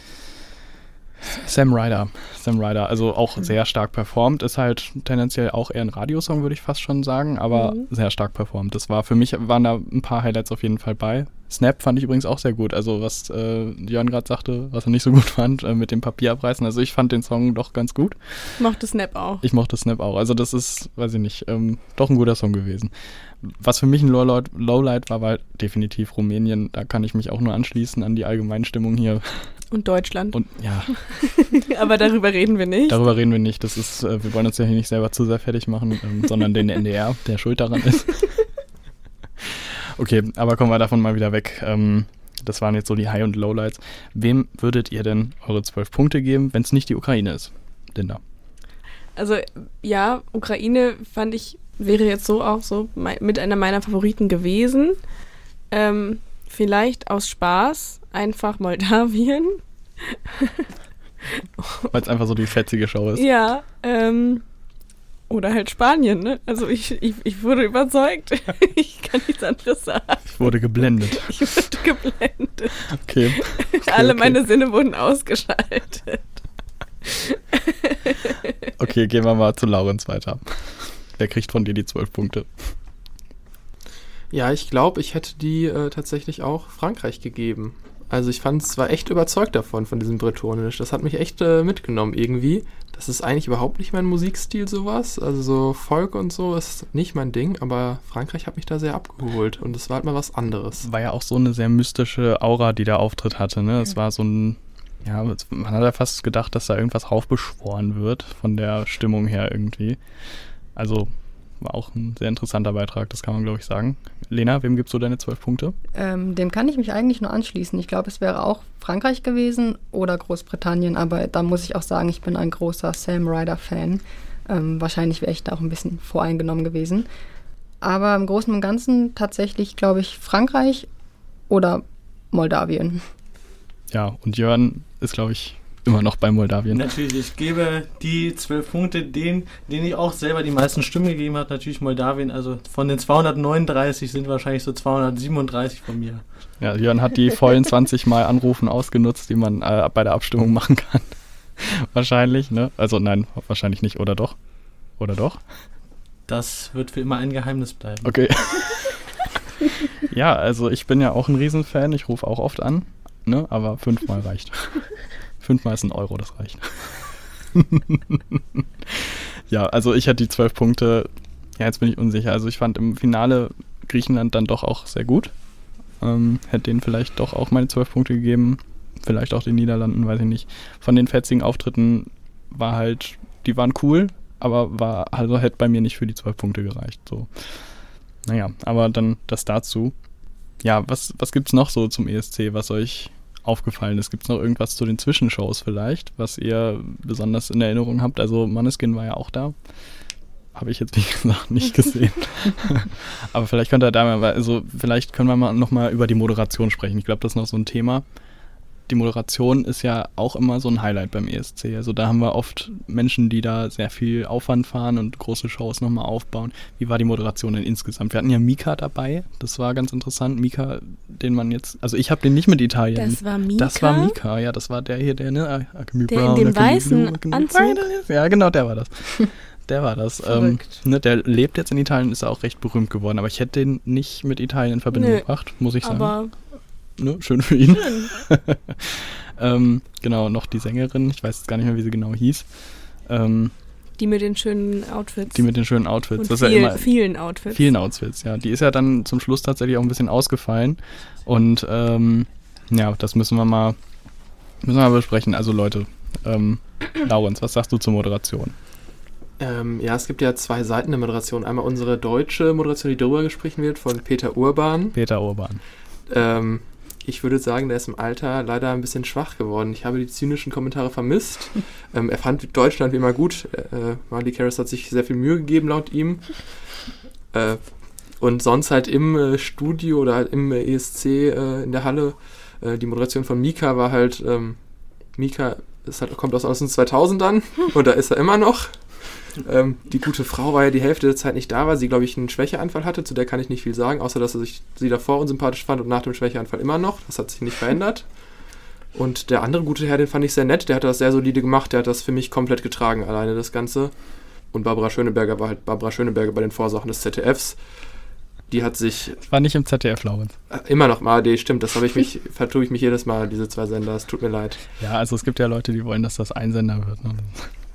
A: Sam Ryder. Sam Ryder, also auch
B: Mhm.
A: sehr stark performt, ist halt tendenziell auch eher ein Radiosong, würde ich fast schon sagen, aber
B: Mhm.
A: sehr stark performt. Das war für mich, waren da ein paar Highlights auf jeden Fall bei. Snap fand ich übrigens auch sehr gut, also was äh, Jörn gerade sagte, was er nicht so gut fand, äh, mit dem Papier abreißen, also ich fand den Song doch ganz gut.
B: Ich mochte Snap auch.
A: Ich mochte Snap auch, also das ist, weiß ich nicht, ähm, doch ein guter Song gewesen. Was für mich ein Lowlight, Lowlight war, war halt definitiv Rumänien, da kann ich mich auch nur anschließen an die allgemeine Stimmung hier.
B: Und Deutschland.
A: Und ja,
B: Aber darüber reden wir nicht.
A: darüber reden wir nicht. Das ist, äh, wir wollen uns ja hier nicht selber zu sehr fertig machen, ähm, sondern den N D R, der schuld daran ist. Okay, aber kommen wir davon mal wieder weg. Ähm, das waren jetzt so die High- und Lowlights. Wem würdet ihr denn eure zwölf Punkte geben, wenn es nicht die Ukraine ist? Linda.
B: Also ja, Ukraine fand ich, wäre jetzt so auch so mei- mit einer meiner Favoriten gewesen. Ähm, vielleicht aus Spaß einfach Moldawien.
A: Weil es einfach so die fetzige Show ist.
B: Ja, ähm, oder halt Spanien, ne? Also ich, ich, ich wurde überzeugt. Ich kann nichts anderes sagen.
A: Ich wurde geblendet.
B: Ich wurde geblendet.
A: Okay. okay
B: Alle
A: okay.
B: meine Sinne wurden ausgeschaltet.
A: Okay, gehen wir mal zu Laurenz weiter. Wer kriegt von dir die zwölf Punkte?
E: Ja, ich glaube, ich hätte die äh, tatsächlich auch Frankreich gegeben. Also ich fand es war echt überzeugt davon, von diesem Bretonisch. Das hat mich echt äh, mitgenommen irgendwie. Das ist eigentlich überhaupt nicht mein Musikstil, sowas. Also so Folk und so ist nicht mein Ding, aber Frankreich hat mich da sehr abgeholt und es war halt mal was anderes.
A: War ja auch so eine sehr mystische Aura, die der Auftritt hatte, ne? Es war so ein, ja, man hat ja fast gedacht, dass da irgendwas raufbeschworen wird, von der Stimmung her irgendwie. Also war auch ein sehr interessanter Beitrag, das kann man, glaube ich, sagen. Lena, wem gibst du deine zwölf Punkte?
D: Ähm, dem kann ich mich eigentlich nur anschließen. Ich glaube, es wäre auch Frankreich gewesen oder Großbritannien, aber da muss ich auch sagen, ich bin ein großer Sam Ryder-Fan. Ähm, wahrscheinlich wäre ich da auch ein bisschen voreingenommen gewesen. Aber im Großen und Ganzen tatsächlich, glaube ich, Frankreich oder Moldawien.
A: Ja, und Jörn ist, glaube ich, immer noch bei Moldawien.
C: Natürlich, ich gebe die zwölf Punkte, denen, denen ich auch selber die meisten Stimmen gegeben habe, natürlich Moldawien. Also von den zweihundertneununddreißig sind wahrscheinlich so zweihundertsiebenunddreißig von mir.
A: Ja, Jörn hat die vollen zwanzig Mal Anrufen ausgenutzt, die man äh, bei der Abstimmung machen kann. Wahrscheinlich, ne? Also nein, wahrscheinlich nicht, oder doch? Oder doch?
C: Das wird für immer ein Geheimnis bleiben.
A: Okay. Ja, also ich bin ja auch ein Riesenfan, ich rufe auch oft an, ne? Aber fünfmal reicht. Fünfmal ist ein Euro, das reicht. Ja, also ich hatte die zwölf Punkte, ja, jetzt bin ich unsicher. Also ich fand im Finale Griechenland dann doch auch sehr gut. Ähm, hätte denen vielleicht doch auch meine zwölf Punkte gegeben. Vielleicht auch den Niederlanden, weiß ich nicht. Von den fetzigen Auftritten war halt, die waren cool, aber war, also hätte bei mir nicht für die zwölf Punkte gereicht. So. Naja, aber dann das dazu. Ja, was, was gibt's noch so zum E S C, was euch aufgefallen ist? Gibt es noch irgendwas zu den Zwischenshows vielleicht, was ihr besonders in Erinnerung habt? Also Måneskin war ja auch da. Habe ich jetzt, wie gesagt, nicht gesehen. Aber vielleicht könnt ihr da mal, also vielleicht können wir mal nochmal über die Moderation sprechen. Ich glaube, das ist noch so ein Thema. Die Moderation ist ja auch immer so ein Highlight beim E S C. Also da haben wir oft Menschen, die da sehr viel Aufwand fahren und große Shows nochmal aufbauen. Wie war die Moderation denn insgesamt? Wir hatten ja Mika dabei, das war ganz interessant. Mika, den man jetzt, also ich habe den nicht mit Italien.
B: Das war Mika?
A: Das war Mika, ja, das war der hier, der, ne?
B: Der in dem weißen Anzug?
A: Ja, genau, der war das. Der war das. Ähm, ne, der lebt jetzt in Italien, ist auch recht berühmt geworden, aber ich hätte den nicht mit Italien in Verbindung
B: Nö,
A: gebracht, muss ich sagen.
B: Aber
A: Ne, schön für ihn.
B: schön.
A: ähm, genau, noch die Sängerin, ich weiß jetzt gar nicht mehr, wie sie genau hieß. Ähm,
B: Die mit den schönen Outfits.
A: die mit den schönen Outfits.
B: Und
A: das
B: viel,
A: ist ja immer,
B: vielen Outfits.
A: vielen Outfits, ja. Die ist ja dann zum Schluss tatsächlich auch ein bisschen ausgefallen. Und ähm, ja, das müssen wir mal, müssen wir mal besprechen. Also Leute, ähm, Laurenz, was sagst du zur Moderation?
E: Ähm, ja, es gibt ja zwei Seiten der Moderation. Einmal unsere deutsche Moderation, die darüber gesprochen wird, von Peter Urban.
A: Peter Urban.
E: Ähm, ich würde sagen, der ist im Alter leider ein bisschen schwach geworden. Ich habe die zynischen Kommentare vermisst. ähm, er fand Deutschland wie immer gut. Äh, Marley Karras hat sich sehr viel Mühe gegeben, laut ihm. Äh, und sonst halt im äh, Studio oder halt im äh, E S C äh, in der Halle, äh, die Moderation von Mika war halt, ähm, Mika ist halt, kommt aus, aus den zweitausendern und da ist er immer noch. Ähm, die gute Frau war ja die Hälfte der Zeit nicht da, weil sie, glaube ich, einen Schwächeanfall hatte. Zu der kann ich nicht viel sagen, außer dass ich sie davor unsympathisch fand und nach dem Schwächeanfall immer noch. Das hat sich nicht verändert. Und der andere gute Herr, den fand ich sehr nett. Der hat das sehr solide gemacht. Der hat das für mich komplett getragen, alleine das Ganze. Und Barbara Schöneberger war halt Barbara Schöneberger bei den Vorsachen des Z D Fs. Die hat sich...
A: War nicht im Z D F, Laurenz.
E: Äh, immer noch im A R D, stimmt. Das habe ich mich, vertue ich mich jedes Mal, diese zwei Sender. Es tut mir leid.
A: Ja, also es gibt ja Leute, die wollen, dass das ein Sender wird. Ne?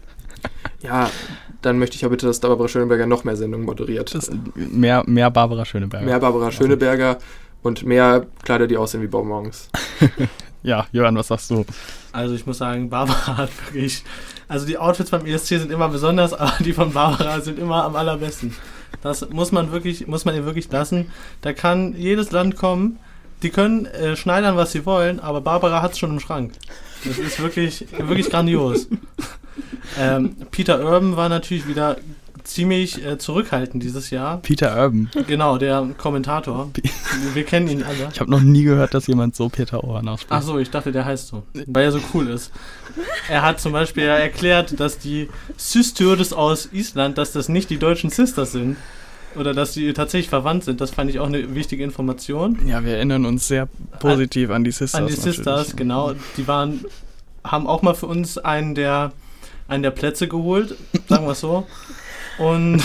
E: Ja, dann möchte ich ja bitte, dass Barbara Schöneberger noch mehr Sendungen moderiert.
A: Das, mehr, mehr Barbara Schöneberger.
E: Mehr Barbara Schöneberger und mehr Kleider, die aussehen wie Bonbons.
A: Ja, Jörn, was sagst du?
C: Also ich muss sagen, Barbara hat wirklich... Also die Outfits beim E S C sind immer besonders, aber die von Barbara sind immer am allerbesten. Das muss man wirklich, muss man ihr wirklich lassen. Da kann jedes Land kommen, die können äh, schneidern, was sie wollen, aber Barbara hat es schon im Schrank. Das ist wirklich, wirklich grandios. Ähm, Peter Urban war natürlich wieder ziemlich äh, zurückhaltend dieses Jahr.
A: Peter Urban.
C: Genau, der Kommentator. Wir kennen ihn alle.
A: Ich habe noch nie gehört, dass jemand so Peter Urban ausspricht.
C: Ach so, ich dachte, der heißt so, weil er so cool ist. Er hat zum Beispiel erklärt, dass die Sisters aus Island, dass das nicht die deutschen Sisters sind. Oder dass die tatsächlich verwandt sind. Das fand ich auch eine wichtige Information.
A: Ja, wir erinnern uns sehr positiv an, an die Sisters.
C: An die Sisters, natürlich. Genau. Die waren, haben auch mal für uns einen der, einen der Plätze geholt, sagen wir es so. Und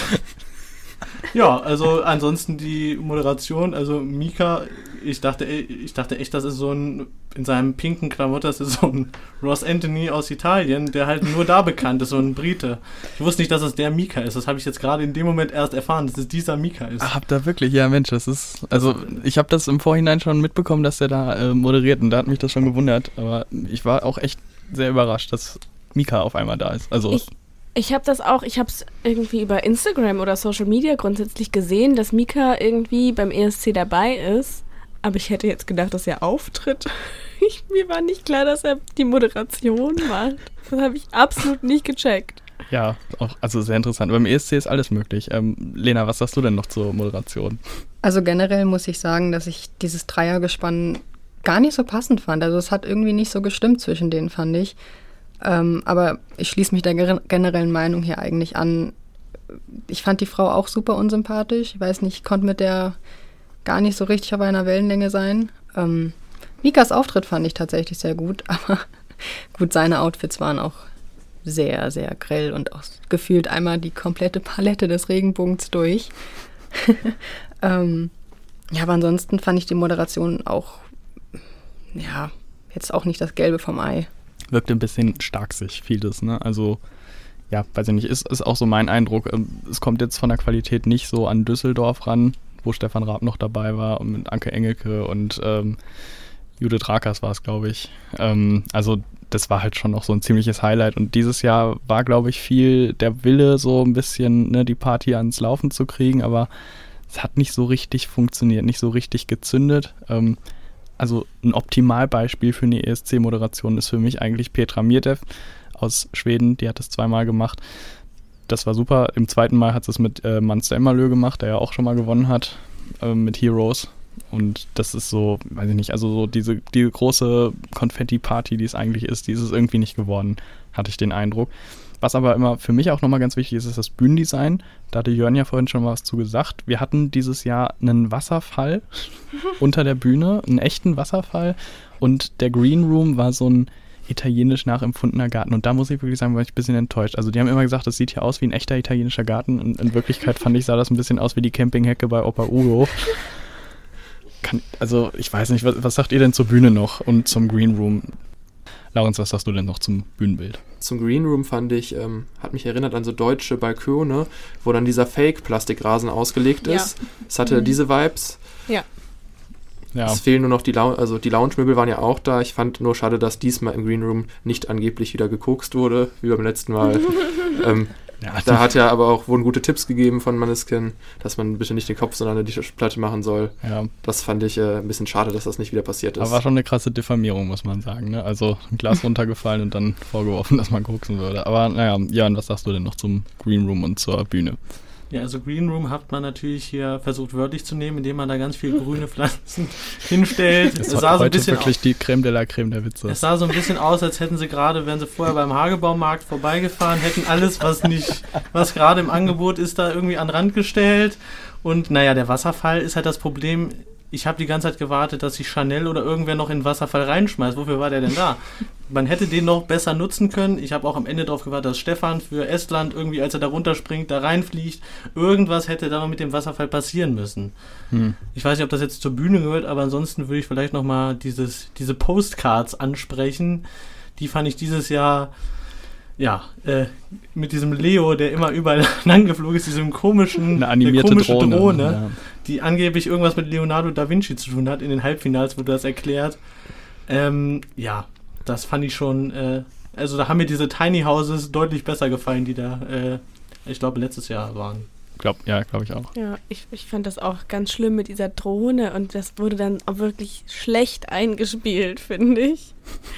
C: ja, also ansonsten die Moderation, also Mika, ich dachte, ich dachte echt, das ist so ein, in seinem pinken Klamotten, das ist so ein Ross Anthony aus Italien, der halt nur da bekannt ist, so ein Brite. Ich wusste nicht, dass es der Mika ist, das habe ich jetzt gerade in dem Moment erst erfahren, dass es dieser Mika ist.
A: Ach, habt ihr wirklich? Ja, Mensch, das ist, also ich habe das im Vorhinein schon mitbekommen, dass der da äh, moderiert und da hat mich das schon gewundert, aber ich war auch echt sehr überrascht, dass Mika auf einmal da ist. Also
B: Ich, Ich habe das auch, ich habe es irgendwie über Instagram oder Social Media grundsätzlich gesehen, dass Mika irgendwie beim E S C dabei ist. Aber ich hätte jetzt gedacht, dass er auftritt. Ich, mir war nicht klar, dass er die Moderation macht. Das habe ich absolut nicht gecheckt.
A: Ja, auch, also sehr interessant. Beim E S C ist alles möglich. Ähm, Lena, was sagst du denn noch zur Moderation?
D: Also generell muss ich sagen, dass ich dieses Dreiergespann gar nicht so passend fand. Also es hat irgendwie nicht so gestimmt zwischen denen, fand ich. Ähm, aber ich schließe mich der ger- generellen Meinung hier eigentlich an. Ich fand die Frau auch super unsympathisch. Ich weiß nicht, ich konnte mit der gar nicht so richtig auf einer Wellenlänge sein. Ähm, Mikas Auftritt fand ich tatsächlich sehr gut, aber gut, seine Outfits waren auch sehr, sehr grell und auch gefühlt einmal die komplette Palette des Regenbogens durch. ähm, ja, aber ansonsten fand ich die Moderation auch, ja, jetzt auch nicht das Gelbe vom Ei.
A: Wirkt ein bisschen starksig, vieles, ne? Also, ja, weiß ich nicht, ist, ist auch so mein Eindruck. Es kommt jetzt von der Qualität nicht so an Düsseldorf ran, wo Stefan Raab noch dabei war und mit Anke Engelke und ähm, Judith Rakers war es, glaube ich. Ähm, also das war halt schon noch so ein ziemliches Highlight. Und dieses Jahr war, glaube ich, viel der Wille, so ein bisschen ne, die Party ans Laufen zu kriegen, aber es hat nicht so richtig funktioniert, nicht so richtig gezündet. Ähm, also ein Optimalbeispiel für eine E S C-Moderation ist für mich eigentlich Petra Mierdev aus Schweden, die hat das zweimal gemacht. Das war super. Im zweiten Mal hat sie es mit äh, Monster Emmerlö gemacht, der ja auch schon mal gewonnen hat, äh, mit Heroes. Und das ist so, weiß ich nicht, also so diese die große Konfetti-Party, die es eigentlich ist, die ist es irgendwie nicht geworden, hatte ich den Eindruck. Was aber immer für mich auch nochmal ganz wichtig ist, ist das Bühnendesign. Da hatte Jörn ja vorhin schon mal was zu gesagt. Wir hatten dieses Jahr einen Wasserfall unter der Bühne, einen echten Wasserfall. Und der Green Room war so ein italienisch nachempfundener Garten. Und da muss ich wirklich sagen, war ich ein bisschen enttäuscht. Also die haben immer gesagt, das sieht hier aus wie ein echter italienischer Garten. Und in Wirklichkeit fand ich, sah das ein bisschen aus wie die Campinghecke bei Opa Ugo. Kann, also ich weiß nicht, was, was sagt ihr denn zur Bühne noch und zum Green Room? Laurens, was sagst du denn noch zum Bühnenbild?
E: Zum Green Room fand ich, ähm, hat mich erinnert an so deutsche Balkone, wo dann dieser Fake-Plastikrasen ausgelegt ist.
B: Ja.
E: Es hatte
B: Mhm.
E: diese Vibes.
B: Ja.
A: Ja.
E: Es fehlen nur noch die, Lou- also die Lounge-Möbel waren ja auch da. Ich fand nur schade, dass diesmal im Green Room nicht angeblich wieder gekokst wurde, wie beim letzten Mal. ähm,
A: Ja,
E: da hat ja aber auch, wurden gute Tipps gegeben von Måneskin, dass man bitte nicht den Kopf, sondern eine T-Shirt-Platte machen soll.
A: ja.
E: Das fand ich äh, ein bisschen schade, dass das nicht wieder passiert ist.
A: Aber war schon eine krasse Diffamierung, muss man sagen. Ne? Also ein Glas runtergefallen und dann vorgeworfen, dass man koksen würde. Aber naja, Jan, was sagst du denn noch zum Green Room und zur Bühne?
C: Ja, also Green Room hat man natürlich hier versucht wörtlich zu nehmen, indem man da ganz viele grüne Pflanzen hinstellt.
A: Es
C: Es
A: war
C: sah so ein
A: heute
C: bisschen
A: wirklich die Creme de la Creme der Witze.
C: Es sah so ein bisschen aus, als hätten sie gerade, wären sie vorher beim Hagebaumarkt vorbeigefahren, hätten alles, was nicht, was gerade im Angebot ist, da irgendwie an den Rand gestellt. Und naja, der Wasserfall ist halt das Problem. Ich habe die ganze Zeit gewartet, dass sich Chanel oder irgendwer noch in den Wasserfall reinschmeißt. Wofür war der denn da? Man hätte den noch besser nutzen können. Ich habe auch am Ende darauf gewartet, dass Stefan für Estland irgendwie, als er da runterspringt, da reinfliegt. Irgendwas hätte da noch mit dem Wasserfall passieren müssen.
A: Hm.
C: Ich weiß nicht, ob das jetzt zur Bühne gehört, aber ansonsten würde ich vielleicht nochmal dieses, diese Postcards ansprechen. Die fand ich dieses Jahr, ja, äh, mit diesem Leo, der immer überall lang geflogen ist, diesem komischen,
A: Eine animierte
C: der komischen
A: Drohne.
C: Drohne,
A: Ja.
C: die angeblich irgendwas mit Leonardo da Vinci zu tun hat. In den Halbfinals wurde das erklärt. Ähm, ja, das fand ich schon, äh, also da haben mir diese Tiny Houses deutlich besser gefallen, die da, äh, ich glaube, letztes Jahr waren.
A: Glaub, ja, glaube ich auch.
B: Ja, ich, ich fand das auch ganz schlimm mit dieser Drohne und das wurde dann auch wirklich schlecht eingespielt, finde ich.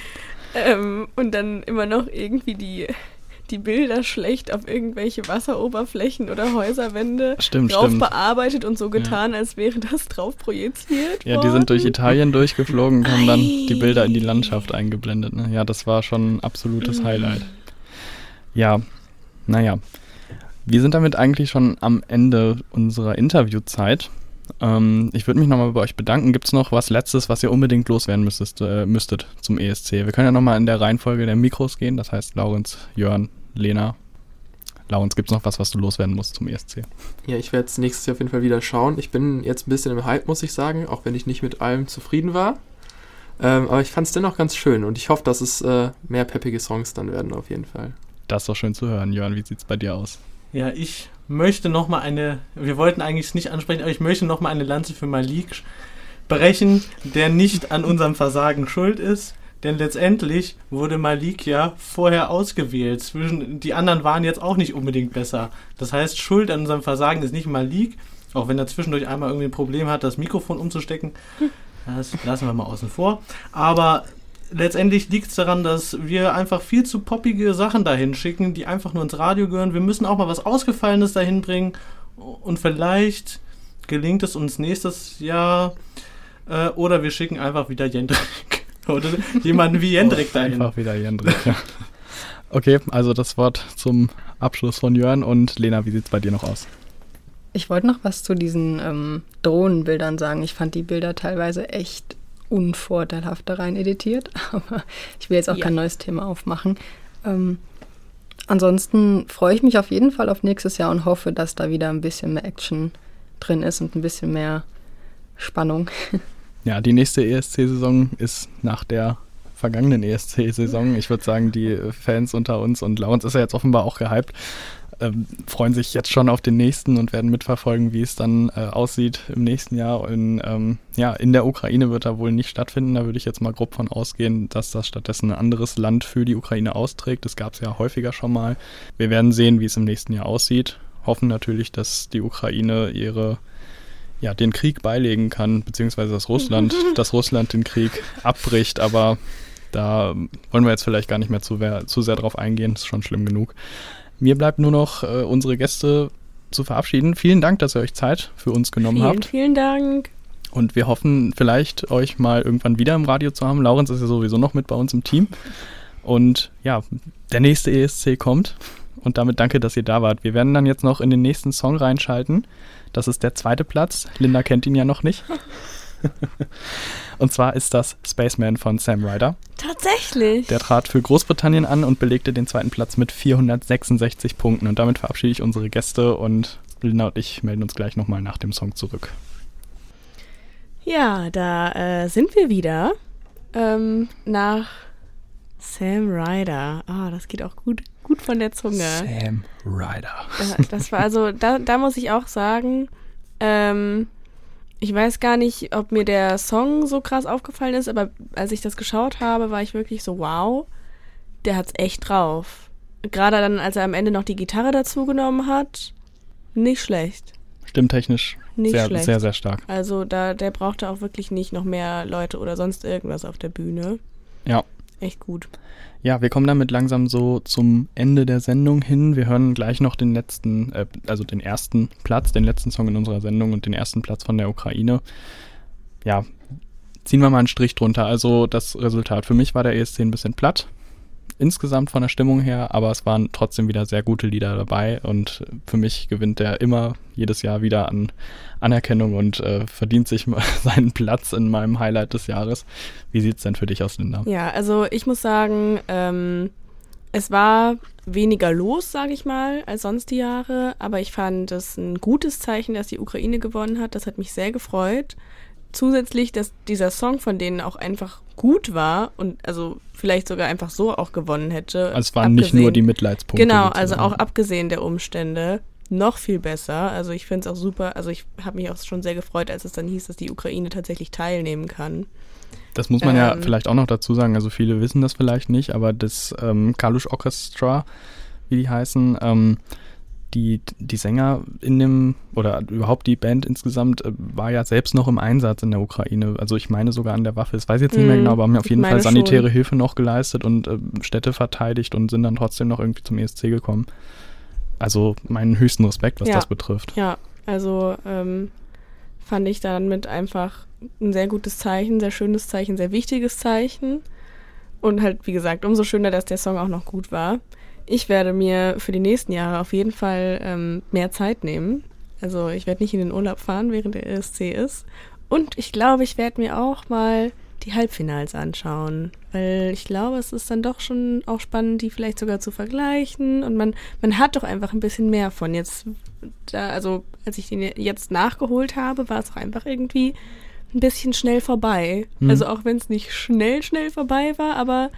B: ähm, und dann immer noch irgendwie die, die Bilder schlecht auf irgendwelche Wasseroberflächen oder Häuserwände
A: Stimmt,
B: drauf
A: stimmt.
B: bearbeitet und so getan, als wäre das drauf projiziert
A: Ja, die
B: worden.
A: sind durch Italien durchgeflogen und haben dann die
B: Ei.
A: Bilder in die Landschaft eingeblendet. Ne? Ja, das war schon ein absolutes Highlight. Ja, naja. Wir sind damit eigentlich schon am Ende unserer Interviewzeit. Ähm, ich würde mich nochmal bei euch bedanken. Gibt es noch was Letztes, was ihr unbedingt loswerden müsstet, äh, müsstet zum E S C? Wir können ja nochmal in der Reihenfolge der Mikros gehen. Das heißt Laurens, Jörn, Lena. Laurens, gibt es noch was, was du loswerden musst zum E S C?
E: Ja, ich werde es nächstes Jahr auf jeden Fall wieder schauen. Ich bin jetzt ein bisschen im Hype, muss ich sagen, auch wenn ich nicht mit allem zufrieden war. Ähm, aber ich fand es dennoch ganz schön und ich hoffe, dass es äh, mehr peppige Songs dann werden auf jeden Fall.
A: Das ist doch schön zu hören. Jörn, wie sieht es bei dir aus?
C: Ja, ich möchte nochmal eine, wir wollten eigentlich es nicht ansprechen, aber ich möchte nochmal eine Lanze für Malik brechen, der nicht an unserem Versagen schuld ist. denn letztendlich wurde Malik ja vorher ausgewählt. Zwischen, die anderen waren jetzt auch nicht unbedingt besser. Das heißt, Schuld an unserem Versagen ist nicht Malik, auch wenn er zwischendurch einmal irgendwie ein Problem hat, das Mikrofon umzustecken. Das lassen wir mal außen vor. Aber letztendlich liegt es daran, dass wir einfach viel zu poppige Sachen dahin schicken, die einfach nur ins Radio gehören. Wir müssen auch mal was Ausgefallenes dahin bringen und vielleicht gelingt es uns nächstes Jahr äh, oder wir schicken einfach wieder Jendrik oder jemanden wie Jendrik dahin.
A: Einfach wieder Jendrik, ja. Okay, also das Wort zum Abschluss von Jörn und Lena, wie sieht es bei dir noch aus?
D: Ich wollte noch was zu diesen ähm, Drohnenbildern sagen. Ich fand die Bilder teilweise echt unvorteilhaft da rein editiert, aber ich will jetzt auch ja. kein neues Thema aufmachen. Ähm, ansonsten freue ich mich auf jeden Fall auf nächstes Jahr und hoffe, dass da wieder ein bisschen mehr Action drin ist und ein bisschen mehr Spannung.
A: Ja, die nächste E S C-Saison ist nach der vergangenen E S C-Saison. Ich würde sagen, die Fans unter uns und Laurens ist ja jetzt offenbar auch gehypt, ähm, freuen sich jetzt schon auf den nächsten und werden mitverfolgen, wie es dann äh, aussieht im nächsten Jahr. In, ähm, ja, in der Ukraine wird er wohl nicht stattfinden. Da würde ich jetzt mal grob von ausgehen, dass das stattdessen ein anderes Land für die Ukraine austrägt. Das gab es ja häufiger schon mal. Wir werden sehen, wie es im nächsten Jahr aussieht. Hoffen natürlich, dass die Ukraine ihre ja, den Krieg beilegen kann, beziehungsweise dass Russland, dass Russland den Krieg abbricht, aber da wollen wir jetzt vielleicht gar nicht mehr zu, zu sehr drauf eingehen, das ist schon schlimm genug. Mir bleibt nur noch, äh, unsere Gäste zu verabschieden. Vielen Dank, dass ihr euch Zeit für uns genommen
B: vielen,
A: habt.
B: Vielen Dank.
A: Und wir hoffen, vielleicht euch mal irgendwann wieder im Radio zu haben. Laurens ist ja sowieso noch mit bei uns im Team. Und ja, der nächste E S C kommt. Und damit danke, dass ihr da wart. Wir werden dann jetzt noch in den nächsten Song reinschalten. Das ist der zweite Platz. Linda kennt ihn ja noch nicht. Und zwar ist das Spaceman von Sam Ryder.
B: Tatsächlich.
A: Der trat für Großbritannien an und belegte den zweiten Platz mit vierhundertsechsundsechzig Punkten. Und damit verabschiede ich unsere Gäste und Linda und ich melden uns gleich nochmal nach dem Song zurück.
B: Ja, da äh, sind wir wieder. Ähm, nach Sam Ryder. Ah, das geht auch gut, gut von der Zunge.
A: Sam Ryder.
B: Da, das war also, da, da muss ich auch sagen, ähm, ich weiß gar nicht, ob mir der Song so krass aufgefallen ist, aber als ich das geschaut habe, war ich wirklich so, wow, der hat's echt drauf. Gerade dann, als er am Ende noch die Gitarre dazu genommen hat, nicht schlecht.
A: Stimmtechnisch
B: nicht
A: sehr,
B: schlecht.
A: sehr, sehr stark.
B: Also da, der brauchte auch wirklich nicht noch mehr Leute oder sonst irgendwas auf der Bühne.
A: Ja.
B: Echt gut.
A: Ja, wir kommen damit langsam so zum Ende der Sendung hin. Wir hören gleich noch den letzten, äh, also den ersten Platz, den letzten Song in unserer Sendung und den ersten Platz von der Ukraine. Ja, ziehen wir mal einen Strich drunter. Also das Resultat für mich war der E S C ein bisschen platt. Insgesamt von der Stimmung her, aber es waren trotzdem wieder sehr gute Lieder dabei und für mich gewinnt der immer jedes Jahr wieder an Anerkennung und äh, verdient sich seinen Platz in meinem Highlight des Jahres. Wie sieht es denn für dich aus, Linda?
B: Ja, also ich muss sagen, ähm, es war weniger los, sage ich mal, als sonst die Jahre, aber ich fand es ein gutes Zeichen, dass die Ukraine gewonnen hat. Das hat mich sehr gefreut. Zusätzlich, dass dieser Song von denen auch einfach gut war und also vielleicht sogar einfach so auch gewonnen hätte.
A: Also es waren nicht nur die Mitleidspunkte.
B: Genau,
A: sozusagen.
B: Also auch abgesehen der Umstände noch viel besser. Also ich finde es auch super, also ich habe mich auch schon sehr gefreut, als es dann hieß, dass die Ukraine tatsächlich teilnehmen kann.
A: Das muss man
B: ähm,
A: ja vielleicht auch noch dazu sagen, also viele wissen das vielleicht nicht, aber das ähm, Kalush Orchestra, wie die heißen, ähm, Die, die Sänger in dem, oder überhaupt die Band insgesamt, äh, war ja selbst noch im Einsatz in der Ukraine. Also ich meine sogar an der Waffe. Das weiß ich jetzt nicht mehr genau, aber haben ja auf jeden Fall sanitäre schon. Hilfe noch geleistet und äh, Städte verteidigt und sind dann trotzdem noch irgendwie zum E S C gekommen. Also meinen höchsten Respekt, was
B: ja.
A: das betrifft.
B: Ja, also ähm, fand ich dann mit einfach ein sehr gutes Zeichen, sehr schönes Zeichen, sehr wichtiges Zeichen. Und halt, wie gesagt, umso schöner, dass der Song auch noch gut war. Ich werde mir für die nächsten Jahre auf jeden Fall ähm, mehr Zeit nehmen. Also ich werde nicht in den Urlaub fahren, während der E S C ist. Und ich glaube, ich werde mir auch mal die Halbfinals anschauen. Weil ich glaube, es ist dann doch schon auch spannend, die vielleicht sogar zu vergleichen. Und man, man hat doch einfach ein bisschen mehr von. Jetzt, da, also als ich den jetzt nachgeholt habe, war es auch einfach irgendwie ein bisschen schnell vorbei. Mhm. Also auch wenn es nicht schnell, schnell vorbei war, aber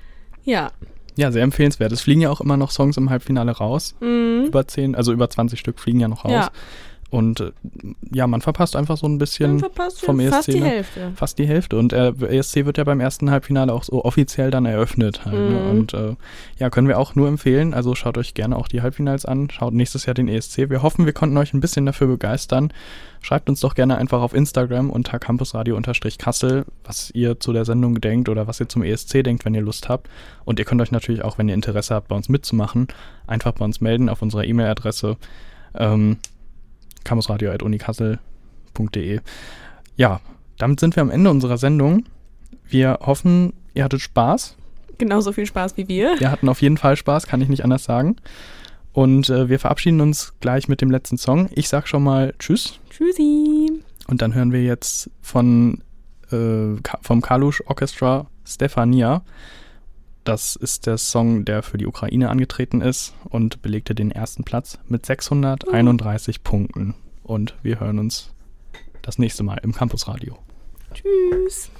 B: ja.
A: Ja, sehr empfehlenswert. Es fliegen ja auch immer noch Songs im Halbfinale raus. Mhm. Über zehn, also über zwanzig Stück fliegen ja noch raus.
B: Ja.
A: Und äh, ja, man verpasst einfach so ein bisschen vom E S C.
B: Fast die
A: ne?
B: Hälfte.
A: Fast die Hälfte. Und äh, E S C wird ja beim ersten Halbfinale auch so offiziell dann eröffnet. Halt,
B: Mhm.
A: ne? Und äh, ja, können wir auch nur empfehlen. Also schaut euch gerne auch die Halbfinals an. Schaut nächstes Jahr den E S C. Wir hoffen, wir konnten euch ein bisschen dafür begeistern. Schreibt uns doch gerne einfach auf Instagram unter campusradio-kassel, was ihr zu der Sendung denkt oder was ihr zum E S C denkt, wenn ihr Lust habt. Und ihr könnt euch natürlich auch, wenn ihr Interesse habt, bei uns mitzumachen, einfach bei uns melden auf unserer E-Mail-Adresse ähm, campusradio at unikassel punkt de. Ja, damit sind wir am Ende unserer Sendung. Wir hoffen, ihr hattet Spaß.
B: Genauso viel Spaß wie wir.
A: Wir hatten auf jeden Fall Spaß, kann ich nicht anders sagen. Und äh, wir verabschieden uns gleich mit dem letzten Song. Ich sag schon mal Tschüss.
B: Tschüssi.
A: Und dann hören wir jetzt von äh, Ka- vom Kalush Orchestra Stefania. Das ist der Song, der für die Ukraine angetreten ist und belegte den ersten Platz mit sechshunderteinunddreißig Punkten. Und wir hören uns das nächste Mal im Campusradio.
B: Tschüss.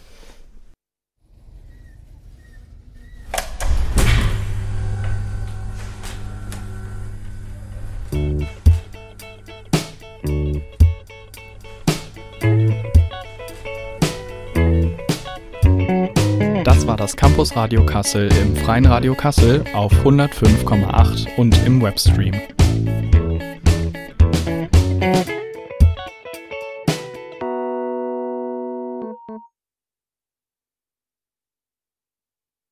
A: Das war das Campusradio Kassel im Freien Radio Kassel auf hundertfünf Komma acht und im Webstream.